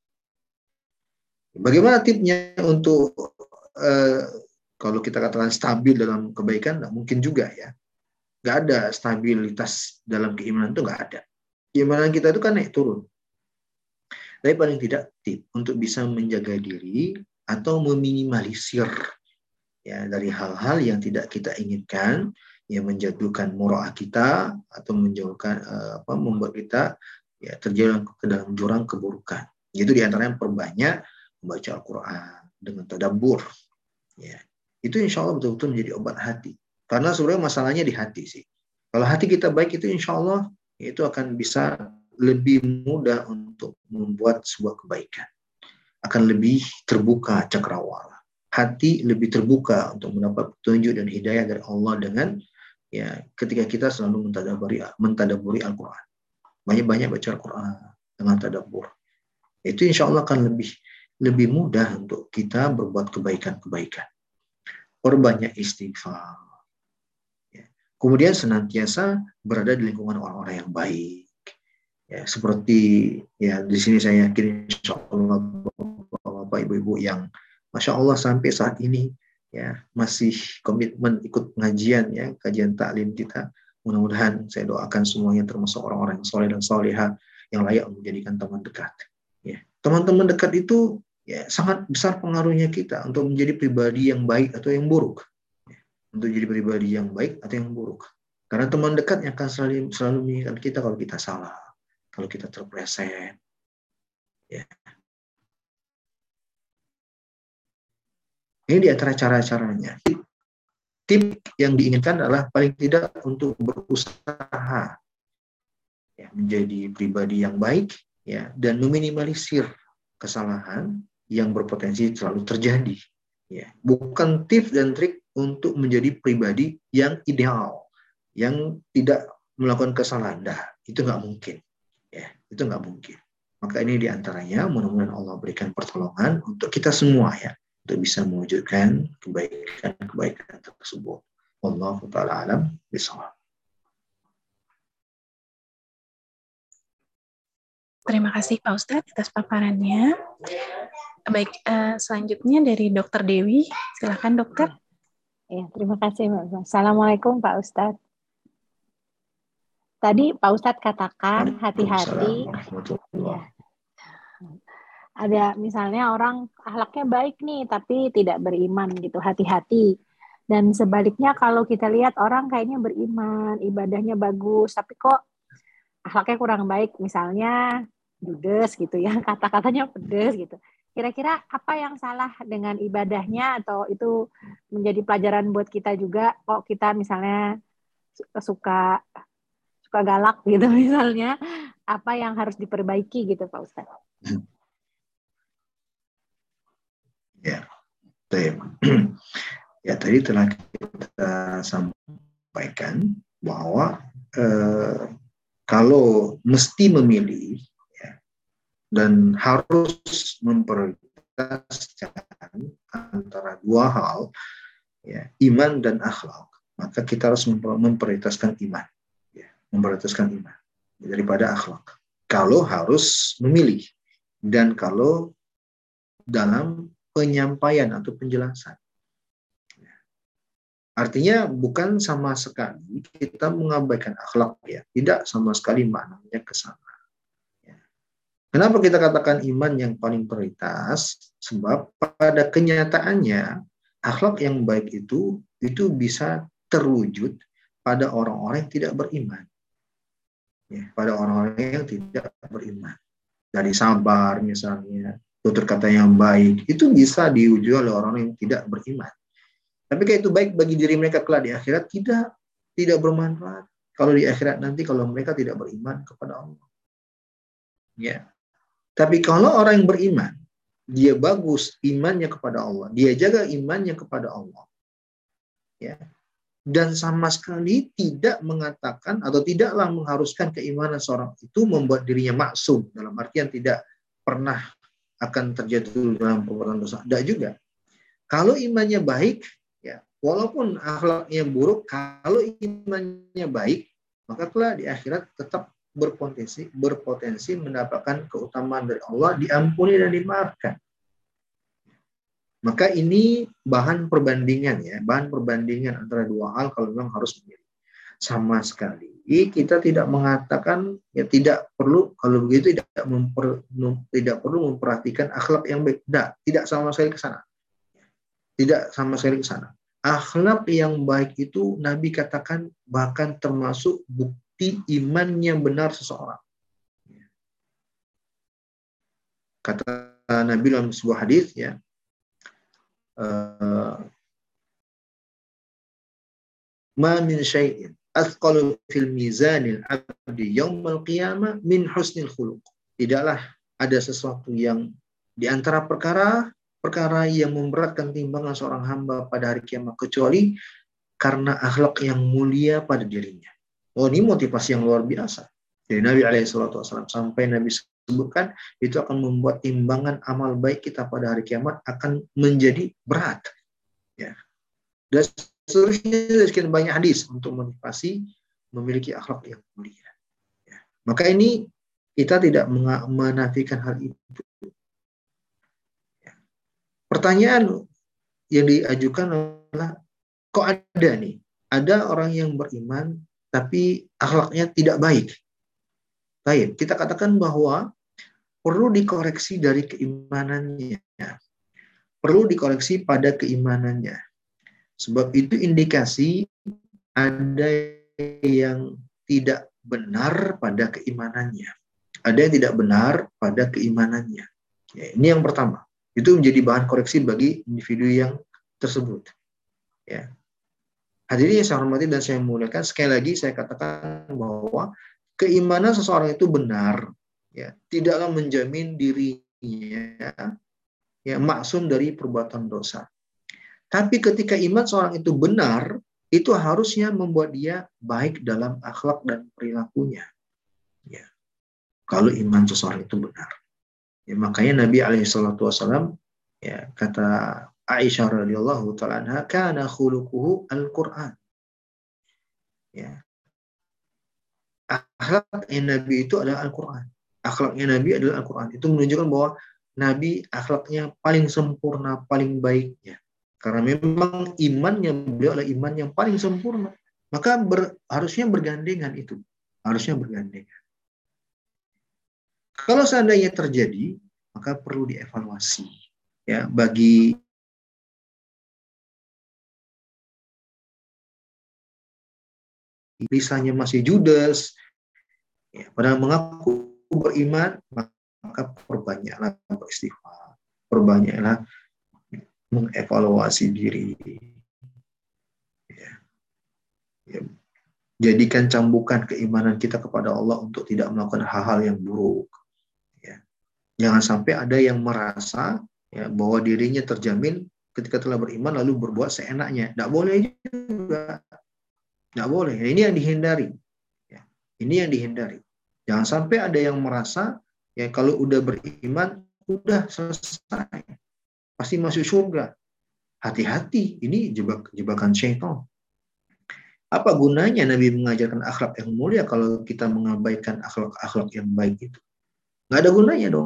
Bagaimana tipsnya untuk uh, kalau kita katakan stabil dalam kebaikan? Nggak mungkin juga ya. Nggak ada stabilitas dalam keimanan, itu nggak ada. Keimanan kita itu kan naik turun. Tapi paling tidak tip untuk bisa menjaga diri atau meminimalisir ya dari hal-hal yang tidak kita inginkan, yang menjatuhkan muruah kita atau menjauhkan uh, apa membuat kita ya terjebak ke dalam jurang keburukan. Itu diantaranya perbanyak membaca Al-Quran dengan tadabbur. Ya. Itu insya Allah betul-betul menjadi obat hati. Karena sebenarnya masalahnya di hati sih. Kalau hati kita baik itu insya Allah itu akan bisa lebih mudah untuk membuat sebuah kebaikan. Akan lebih terbuka cakrawala. Hati lebih terbuka untuk mendapat petunjuk dan hidayah dari Allah dengan ya ketika kita selalu mentadabburi mentadabburi Al-Quran. Banyak-banyak baca Al-Quran dengan tadabbur. Itu insya Allah akan lebih lebih mudah untuk kita berbuat kebaikan-kebaikan. Perbanyak istighfar. Ya. Kemudian senantiasa berada di lingkungan orang-orang yang baik. Ya, seperti ya di sini saya yakin insya Allah bapak ibu-ibu yang masya Allah sampai saat ini ya masih komitmen ikut pengajian ya, kajian taklim kita. Mudah-mudahan saya doakan semuanya termasuk orang-orang yang soleh dan soleha yang layak menjadikan teman dekat. Ya, teman-teman dekat itu ya sangat besar pengaruhnya kita untuk menjadi pribadi yang baik atau yang buruk. Ya, untuk jadi pribadi yang baik atau yang buruk. Karena teman dekat yang akan selalu selalu mengingatkan kita kalau kita salah, kalau kita terpleset. Ya. Ini di antara cara-caranya. Tip yang diinginkan adalah paling tidak untuk berusaha ya, menjadi pribadi yang baik ya, dan meminimalisir kesalahan yang berpotensi selalu terjadi. Ya. Bukan tips dan trik untuk menjadi pribadi yang ideal, yang tidak melakukan kesalahan. Nah, itu nggak mungkin. Ya, itu nggak mungkin. Maka ini diantaranya mudah-mudahan Allah berikan pertolongan untuk kita semua ya, untuk bisa mewujudkan kebaikan-kebaikan tersebut. Wallahu ta'ala alam bishawab. Terima kasih Pak Ustadz atas paparannya. Baik, uh, selanjutnya dari Dokter Dewi. Silakan Dokter. Ya, terima kasih Mbak. Assalamualaikum Pak Ustadz. Tadi Pak Ustadz katakan hati-hati. Ya. Ada misalnya orang akhlaknya baik nih, tapi tidak beriman gitu, hati-hati. Dan sebaliknya kalau kita lihat orang kayaknya beriman, ibadahnya bagus, tapi kok akhlaknya kurang baik, misalnya judes gitu ya, kata-katanya pedes gitu. Kira-kira apa yang salah dengan ibadahnya, atau itu menjadi pelajaran buat kita juga, kok kita misalnya suka suka galak gitu misalnya, apa yang harus diperbaiki gitu Pak Ustadz? Ya, ya tadi telah kita sampaikan bahwa eh, kalau mesti memilih ya, dan harus memprioritaskan antara dua hal, ya, iman dan akhlak, maka kita harus memprioritaskan iman, ya, memprioritaskan iman daripada akhlak. Kalau harus memilih dan kalau dalam penyampaian atau penjelasan. Artinya bukan sama sekali kita mengabaikan akhlak ya, tidak sama sekali maknanya ke sana. Ya. Kenapa kita katakan iman yang paling prioritas? Sebab pada kenyataannya akhlak yang baik itu itu bisa terwujud pada orang-orang yang tidak beriman. Ya, pada orang-orang yang tidak beriman. Dari sabar misalnya, tutur kata yang baik, itu bisa diwujud oleh orang yang tidak beriman. Tapi kalau itu baik bagi diri mereka kelak di akhirat, tidak tidak bermanfaat kalau di akhirat nanti kalau mereka tidak beriman kepada Allah. Ya. Tapi kalau orang yang beriman, dia bagus imannya kepada Allah, dia jaga imannya kepada Allah. Ya. Dan sama sekali tidak mengatakan atau tidaklah mengharuskan keimanan seorang itu membuat dirinya maksum, dalam artian tidak pernah akan terjatuh dalam perbuatan dosa. Tidak juga. Kalau imannya baik, ya, walaupun akhlaknya buruk, kalau imannya baik, maka kelak di akhirat tetap berpotensi berpotensi mendapatkan keutamaan dari Allah, diampuni dan dimaafkan. Maka ini bahan perbandingan ya, bahan perbandingan antara dua hal kalau memang harus memilih. Sama sekali kita tidak mengatakan ya tidak perlu, kalau begitu tidak memper, mem, tidak perlu memperhatikan akhlak yang baik. Tidak, tidak sama sekali ke sana. Tidak sama sekali ke sana. Akhlak yang baik itu Nabi katakan bahkan termasuk bukti iman yang benar seseorang. Kata Nabi dalam sebuah hadis ya, ma min syai'in athqalu fil mizanil abdi yaumal qiyamah min husnil khuluq. Tidaklah ada sesuatu yang di antara perkara perkara yang memberatkan timbangan seorang hamba pada hari kiamat kecuali karena akhlak yang mulia pada dirinya. Oh, ini motivasi yang luar biasa. Jadi Nabi alaihi salatu wasallam sampai Nabi sebutkan itu akan membuat timbangan amal baik kita pada hari kiamat akan menjadi berat. Ya. Dan seterusnya dari sekian banyak hadis untuk motivasi memiliki akhlak yang mulia. Ya. Maka ini kita tidak menafikan hal itu. Ya. Pertanyaan yang diajukan adalah, kok ada nih, ada orang yang beriman tapi akhlaknya tidak baik. Baik, kita katakan bahwa perlu dikoreksi dari keimanannya. Perlu dikoreksi pada keimanannya. Sebab itu indikasi ada yang tidak benar pada keimanannya. Ada yang tidak benar pada keimanannya. Ya, ini yang pertama. Itu menjadi bahan koreksi bagi individu yang tersebut. Ya. Hadirin yang saya hormati dan saya muliakan, sekali lagi saya katakan bahwa keimanan seseorang itu benar, ya, tidaklah menjamin dirinya ya maksum dari perbuatan dosa. Tapi ketika iman seorang itu benar, itu harusnya membuat dia baik dalam akhlak dan perilakunya. Ya. Kalau iman seseorang itu benar. Ya, makanya Nabi alaihi salatu wasallam, ya, kata Aisyah radhiyallahu taala anha, kana khuluquhu al-Qur'an. Ya. Akhlaknya Nabi itu adalah Al-Qur'an. Akhlaknya Nabi adalah Al-Qur'an. Itu menunjukkan bahwa Nabi akhlaknya paling sempurna, paling baiknya. Karena memang imannya beliau adalah iman yang paling sempurna. Maka ber, harusnya bergandengan itu. Harusnya bergandengan. Kalau seandainya terjadi, maka perlu dievaluasi. Ya, bagi lisannya masih judes, ya, padahal mengaku beriman, maka perbanyaklah beristighfar, perbanyaklah mengevaluasi diri. Ya. Ya. Jadikan cambukan keimanan kita kepada Allah untuk tidak melakukan hal-hal yang buruk. Ya. Jangan sampai ada yang merasa ya, bahwa dirinya terjamin ketika telah beriman lalu berbuat seenaknya. Tidak boleh juga. Tidak boleh. Ya, ini yang dihindari. Ya. Ini yang dihindari. Jangan sampai ada yang merasa ya kalau udah beriman udah selesai, pasti masuk surga. Hati-hati, ini jebak jebakan syaitan. Apa gunanya Nabi mengajarkan akhlak yang mulia kalau kita mengabaikan akhlak-akhlak yang baik itu? Nggak ada gunanya dong.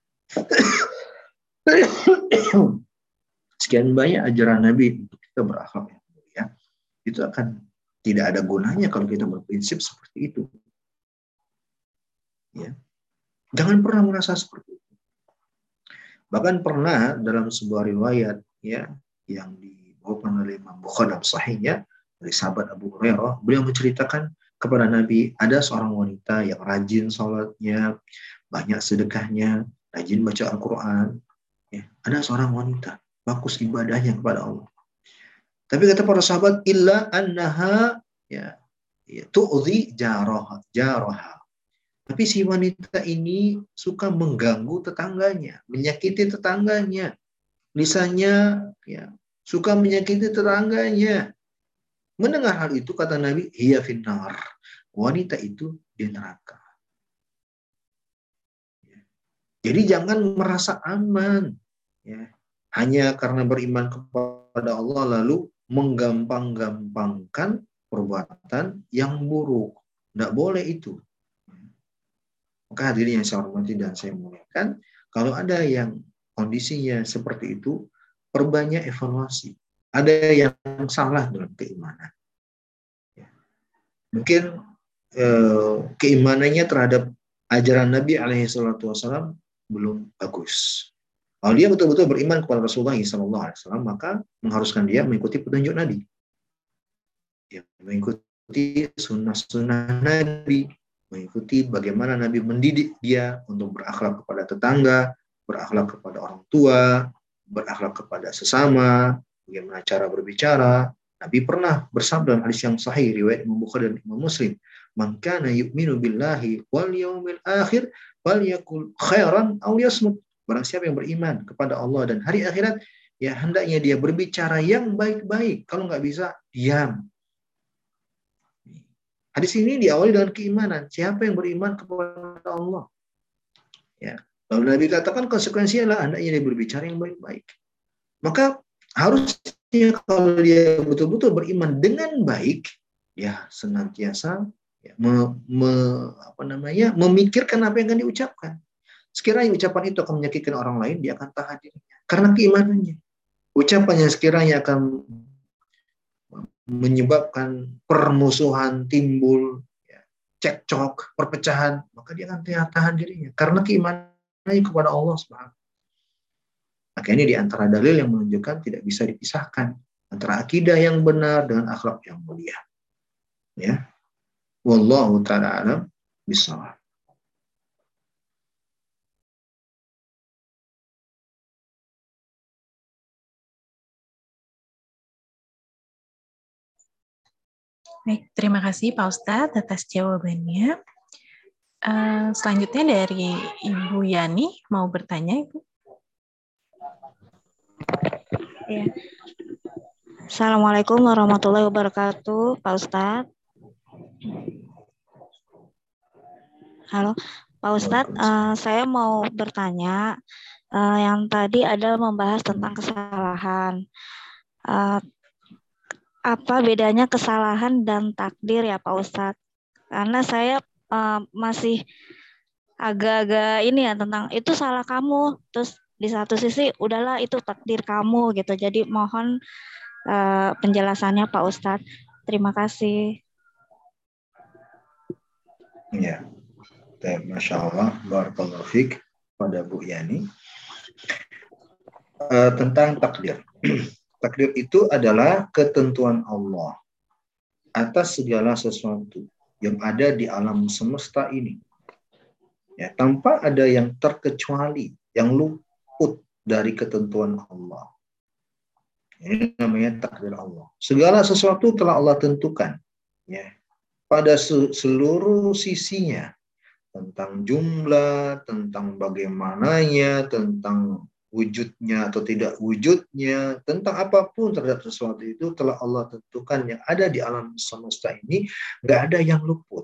Sekian banyak ajaran Nabi untuk kita berakhlak yang mulia, itu akan tidak ada gunanya kalau kita berprinsip seperti itu. Ya. Jangan pernah merasa seperti itu. Bahkan pernah dalam sebuah riwayat ya yang dibawakan oleh Imam Bukhari dalam sahihnya dari sahabat Abu Hurairah, beliau menceritakan kepada Nabi ada seorang wanita yang rajin sholatnya, banyak sedekahnya, rajin baca Al-Quran. Ya, ada seorang wanita bagus ibadahnya kepada Allah. Tapi kata para sahabat, illa annaha ya, ya tu'dhi jaraha, jaraha. Tapi si wanita ini suka mengganggu tetangganya, menyakiti tetangganya. Lisannya ya, suka menyakiti tetangganya. Mendengar hal itu kata Nabi, hiya finnar. Wanita itu di neraka. Jadi jangan merasa aman. Ya. Hanya karena beriman kepada Allah lalu menggampang-gampangkan perbuatan yang buruk. Tidak boleh itu. Maka hadirin yang saya hormati dan saya muliakan, kalau ada yang kondisinya seperti itu, perbanyak evaluasi. Ada yang salah dalam keimanan. Ya. Mungkin eh, keimanannya terhadap ajaran Nabi alaihi salatu wasallam belum bagus. Kalau dia betul-betul beriman kepada Rasulullah shallallahu alaihi wasallam, maka mengharuskan dia mengikuti petunjuk Nabi. Ya, mengikuti sunnah-sunnah Nabi, mengikuti bagaimana Nabi mendidik dia untuk berakhlak kepada tetangga, berakhlak kepada orang tua, berakhlak kepada sesama, bagaimana cara berbicara. Nabi pernah bersabda dalam hadis yang sahih riwayat Imam Bukhari dan Imam Muslim, "Man kana yu'minu billahi wal yawmil akhir falyakul khairan aw yasmut." Barang siapa yang beriman kepada Allah dan hari akhirat, ya hendaknya dia berbicara yang baik-baik. Kalau nggak bisa, diam. Hadis ini diawali dengan keimanan. Siapa yang beriman kepada Allah? Ya. Lalu Nabi katakan konsekuensinya adalah hendaknya dia berbicara yang baik-baik. Maka harusnya kalau dia betul-betul beriman dengan baik, ya senantiasa ya, me, me, apa namanya, memikirkan apa yang akan diucapkan. Sekiranya ucapan itu akan menyakitkan orang lain, dia akan tahan dirinya. Karena keimanannya. ucapan yang sekiranya akan menyebabkan permusuhan timbul, ya, cekcok, perpecahan, maka dia akan tahan dirinya karena keimanannya kepada Allah Subhanahu. Maka ini di antara dalil yang menunjukkan tidak bisa dipisahkan antara akidah yang benar dengan akhlak yang mulia. Ya, wallahu ta'ala alam bishawab. Baik, terima kasih Pak Ustadz atas jawabannya. Uh, selanjutnya dari Ibu Yani, mau bertanya Ibu? Ya. Assalamualaikum warahmatullahi wabarakatuh, Pak Ustadz. Halo, Pak Ustadz, uh, saya mau bertanya, uh, yang tadi ada membahas tentang kesalahan. Uh, apa bedanya kesalahan dan takdir ya Pak Ustadz? Karena saya uh, masih agak-agak ini ya tentang itu salah kamu, terus di satu sisi udahlah itu takdir kamu gitu. Jadi mohon uh, penjelasannya Pak Ustadz. Terima kasih. Ya, Masya Allah, barakallahu fiik pada Bu Yani. Uh, tentang takdir. Takdir itu adalah ketentuan Allah atas segala sesuatu yang ada di alam semesta ini. Ya, tanpa ada yang terkecuali, yang luput dari ketentuan Allah. Ini namanya takdir Allah. Segala sesuatu telah Allah tentukan, ya, pada seluruh sisinya, tentang jumlah, tentang bagaimananya, tentang wujudnya atau tidak wujudnya, tentang apapun terhadap sesuatu itu telah Allah tentukan yang ada di alam semesta ini, nggak ada yang luput.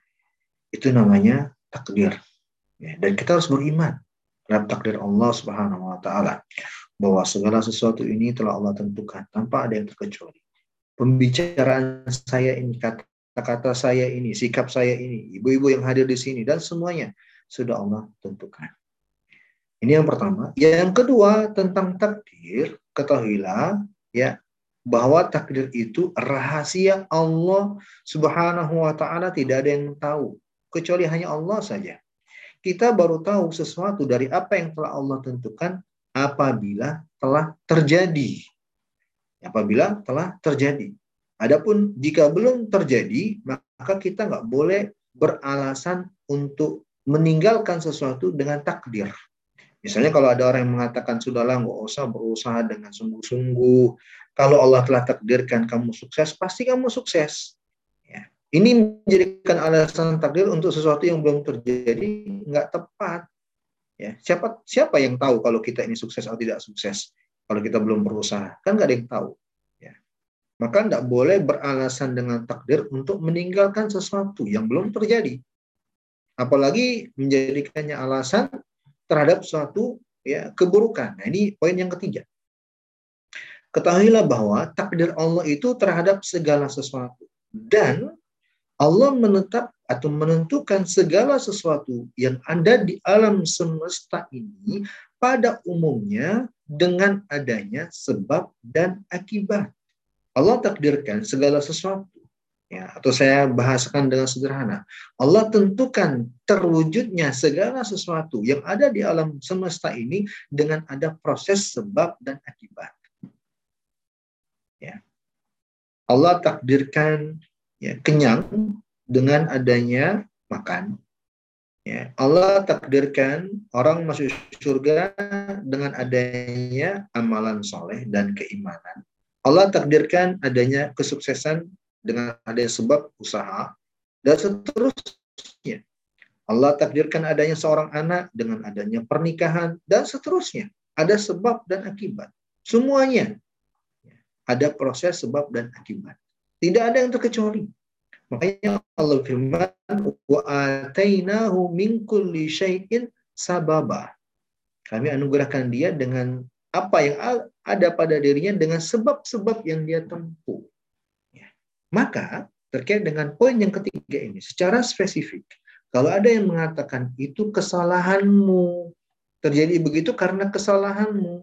Itu namanya takdir. Ya, dan kita harus beriman terhadap takdir Allah Subhanahu Wa Taala bahwa segala sesuatu ini telah Allah tentukan tanpa ada yang terkecuali. Pembicaraan saya ini, kata-kata saya ini, sikap saya ini, ibu-ibu yang hadir di sini dan semuanya sudah Allah tentukan. Ini yang pertama. Yang kedua tentang takdir, ketahuilah ya bahwa takdir itu rahasia Allah Subhanahu Wa Taala, tidak ada yang tahu kecuali hanya Allah saja. Kita baru tahu sesuatu dari apa yang telah Allah tentukan apabila telah terjadi. Apabila telah terjadi. Adapun jika belum terjadi, maka kita nggak boleh beralasan untuk meninggalkan sesuatu dengan takdir. Misalnya kalau ada orang yang mengatakan sudahlah nggak usah berusaha dengan sungguh-sungguh. Kalau Allah telah takdirkan kamu sukses, pasti kamu sukses. Ya. Ini menjadikan alasan takdir untuk sesuatu yang belum terjadi nggak tepat. Ya. Siapa siapa yang tahu kalau kita ini sukses atau tidak sukses? Kalau kita belum berusaha, kan nggak ada yang tahu. Ya. Maka nggak boleh beralasan dengan takdir untuk meninggalkan sesuatu yang belum terjadi. Apalagi menjadikannya alasan terhadap suatu ya keburukan. Nah, ini poin yang ketiga. Ketahuilah bahwa takdir Allah itu terhadap segala sesuatu. Dan Allah menetap atau menentukan segala sesuatu yang ada di alam semesta ini pada umumnya dengan adanya sebab dan akibat. Allah takdirkan segala sesuatu. Ya, atau saya bahasakan dengan sederhana. Allah tentukan terwujudnya segala sesuatu yang ada di alam semesta ini dengan ada proses sebab dan akibat. Ya. Allah takdirkan ya, kenyang dengan adanya makan. Ya. Allah takdirkan orang masuk surga dengan adanya amalan soleh dan keimanan. Allah takdirkan adanya kesuksesan dengan adanya sebab usaha, dan seterusnya. Allah takdirkan adanya seorang anak dengan adanya pernikahan, dan seterusnya. Ada sebab dan akibat. Semuanya ada proses sebab dan akibat. Tidak ada yang terkecuali. Makanya Allah firman, wa atainahu min kulli syai'in sababa. Kami anugerahkan dia dengan apa yang ada pada dirinya dengan sebab-sebab yang dia tempuh. Maka terkait dengan poin yang ketiga ini secara spesifik, kalau ada yang mengatakan itu kesalahanmu, terjadi begitu karena kesalahanmu.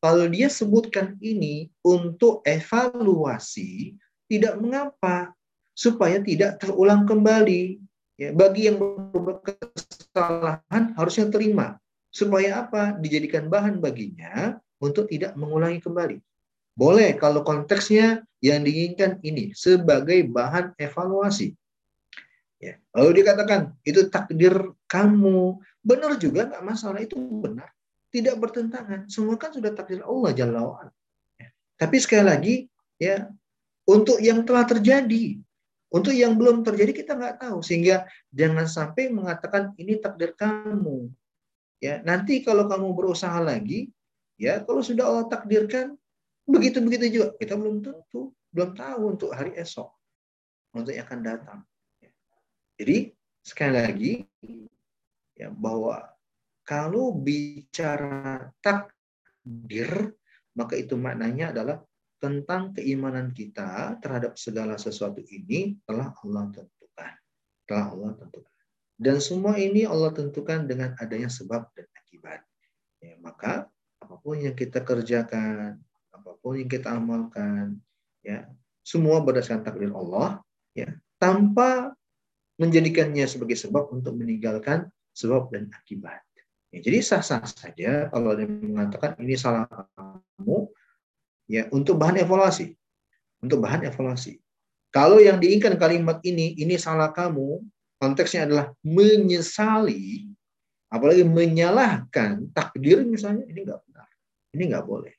kalau dia sebutkan ini untuk evaluasi, tidak mengapa, supaya tidak terulang kembali. Ya, bagi yang berbuat kesalahan harusnya terima. Supaya apa? Dijadikan bahan baginya untuk tidak mengulangi kembali. Boleh kalau konteksnya yang diinginkan ini sebagai bahan evaluasi. Ya. Lalu dikatakan itu takdir kamu, benar juga, nggak masalah, itu benar, tidak bertentangan. Semua kan sudah takdir Allah Jalla wa'ala. Ya. Tapi sekali lagi, ya, untuk yang telah terjadi, untuk yang belum terjadi kita nggak tahu, sehingga jangan sampai mengatakan ini takdir kamu. Ya, nanti kalau kamu berusaha lagi, ya, kalau sudah Allah takdirkan, begitu-begitu juga. Kita belum tentu, belum tahu untuk hari esok, untuk yang akan datang. Jadi sekali lagi, ya, bahwa kalau bicara takdir, maka itu maknanya adalah tentang keimanan kita terhadap segala sesuatu ini telah Allah tentukan, telah Allah tentukan. Dan semua ini Allah tentukan dengan adanya sebab dan akibat. Ya, maka apapun yang kita kerjakan, apapun yang kita amalkan, ya, semua berdasarkan takdir Allah, ya, tanpa menjadikannya sebagai sebab untuk meninggalkan sebab dan akibat. Ya, jadi sah-sah saja kalau ada yang mengatakan ini salah kamu, ya, untuk bahan evaluasi, untuk bahan evaluasi. Kalau yang diinginkan kalimat ini, ini salah kamu, konteksnya adalah menyesali, apalagi menyalahkan takdir misalnya, ini nggak benar, ini nggak boleh.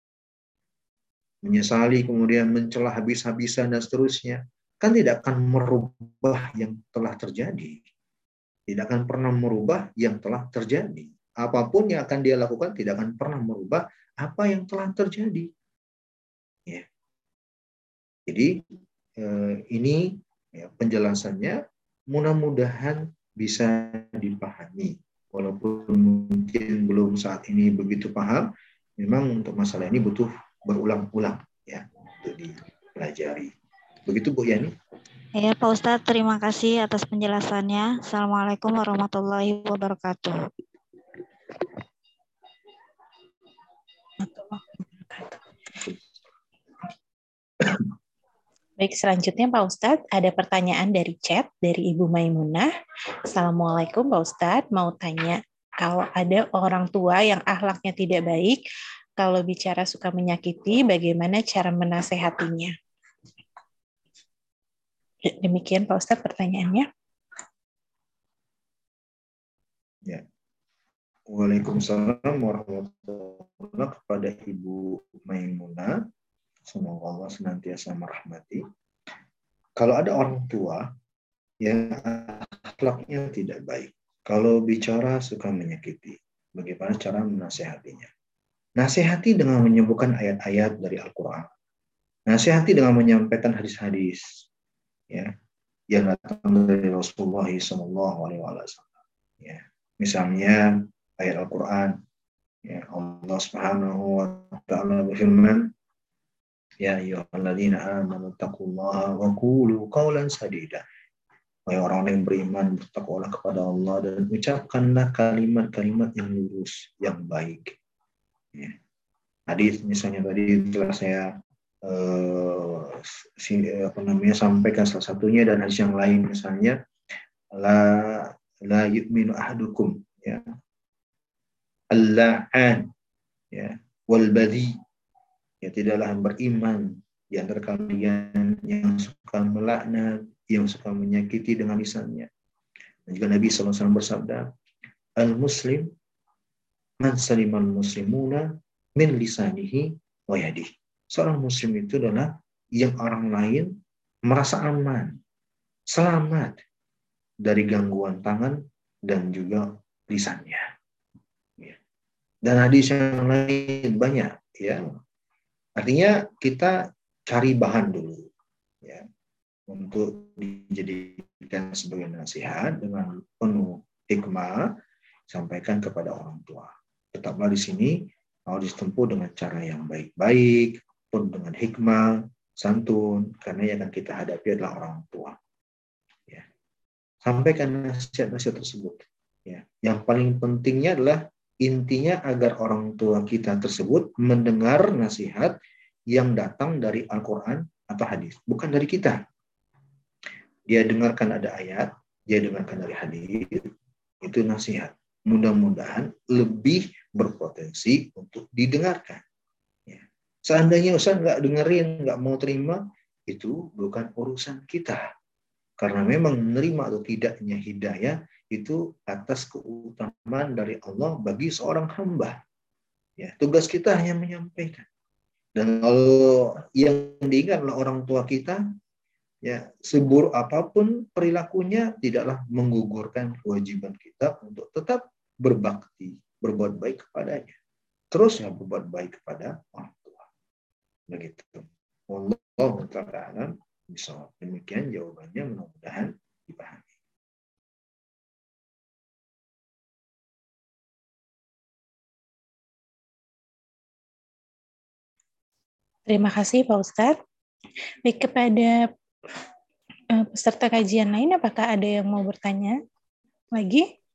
Menyesali kemudian mencela habis-habisan dan seterusnya, kan tidak akan merubah yang telah terjadi. Tidak akan pernah merubah yang telah terjadi. Apapun yang akan dia lakukan tidak akan pernah merubah apa yang telah terjadi. Ya. Jadi eh, ini, ya, penjelasannya mudah-mudahan bisa dipahami. Walaupun mungkin belum saat ini begitu paham, memang untuk masalah ini butuh berulang-ulang, ya, untuk dipelajari. Begitu Bu Yani. Ya Pak Ustadz, terima kasih atas penjelasannya. Assalamualaikum warahmatullahi wabarakatuh. Baik, selanjutnya Pak Ustadz, ada pertanyaan dari chat dari Ibu Maimunah. Assalamualaikum Pak Ustadz, mau tanya, kalau ada orang tua yang akhlaknya tidak baik, kalau bicara suka menyakiti, bagaimana cara menasehatinya? Demikian Pak Ustadz pertanyaannya. Ya. Waalaikumsalam warahmatullahi wabarakatuh kepada Ibu Maimunah. Semoga Allah senantiasa merahmati. Kalau ada orang tua yang akhlaknya tidak baik, kalau bicara suka menyakiti, bagaimana cara menasehatinya? Nasihati dengan menyebutkan ayat-ayat dari Al-Quran. Nasihati dengan menyampaikan hadis-hadis, ya, yang datang dari Rasulullah shallallahu alaihi wasallam. Ya, misalnya ayat Al-Quran, ya, Allah Subhanahu wa taala berfirman, ya ayyuhalladzina amanu taqullaha wa qulu qawlan sadida. Wahai orang yang beriman, bertakwalah kepada Allah dan ucapkanlah kalimat-kalimat yang lurus, yang baik. Ya. Hadis misalnya tadi telah saya uh, si, apa namanya sampaikan salah satunya, dan hadis yang lain misalnya la la yu'minu ahadukum, ya, al-la'an, ya, wal badhi, ya, tidaklah beriman di antara kalian yang suka melaknat, yang suka menyakiti dengan lisannya. Dan juga Nabi shallallahu alaihi wasallam bersabda, al-muslim man salimal muslimuna min lisanihi wa yadihi. Seorang muslim itu adalah yang orang lain merasa aman, selamat dari gangguan tangan dan juga lisannya. Ya. Dan hadis yang lain banyak, ya. Artinya kita cari bahan dulu, ya, untuk dijadikan sebagai nasihat dengan penuh hikmah, sampaikan kepada orang tua. Tetaplah di sini harus ditempuh dengan cara yang baik-baik, pun dengan hikmah, santun, karena yang akan kita hadapi adalah orang tua. Ya. Sampaikan nasihat-nasihat tersebut. Ya. Yang paling pentingnya adalah Intinya agar orang tua kita tersebut mendengar nasihat yang datang dari Al-Quran atau hadis, bukan dari kita. Dia dengarkan ada ayat, dia dengarkan dari hadis, itu nasihat. Mudah-mudahan lebih berpotensi untuk didengarkan. Ya. Seandainya Ustaz nggak dengerin, nggak mau terima, itu bukan urusan kita. Karena memang menerima atau tidaknya hidayah itu atas keutamaan dari Allah bagi seorang hamba. Ya, tugas kita hanya menyampaikan. Dan kalau yang diingat oleh orang tua kita, ya seburuk apapun perilakunya tidaklah menggugurkan kewajiban kita untuk tetap berbakti, berbuat baik kepadanya. Terus ya berbuat baik kepada orang tua. Begitu. Wallahu ta'ala bisa. Demikian jawabannya, mudah-mudahan dipahami. Terima kasih Pak Ustadz. Baik, kepada uh, peserta kajian lain, apakah ada yang mau bertanya lagi?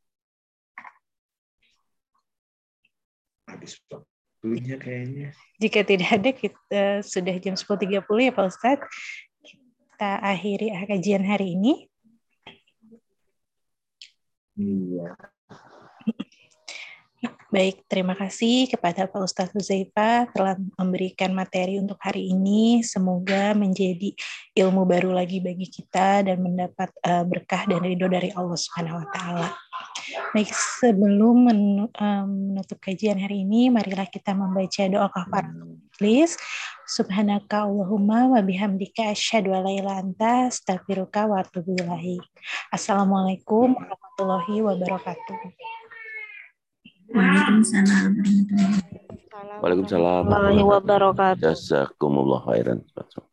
Habis waktunya kayaknya. Jika tidak ada, kita sudah jam sepuluh tiga puluh ya Pak Ustadz. Kita akhiri kajian hari ini. Iya. Baik, terima kasih kepada Pak Ustadz Huzaifah telah memberikan materi untuk hari ini. Semoga menjadi ilmu baru lagi bagi kita dan mendapat uh, berkah dan ridho dari Allah Subhanahu wa taala. Baik, sebelum menutup kajian hari ini, marilah kita membaca doa kafaratul majlis. Subhanaka Allahumma wa bihamdika asyhadu an la ilaha illa anta astaghfiruka wa atubu ilaik. Assalamualaikum warahmatullahi wabarakatuh. Waalaikumsalam. Waalaikumsalam warahmatullahi wabarakatuh. Jazakumullah khairan.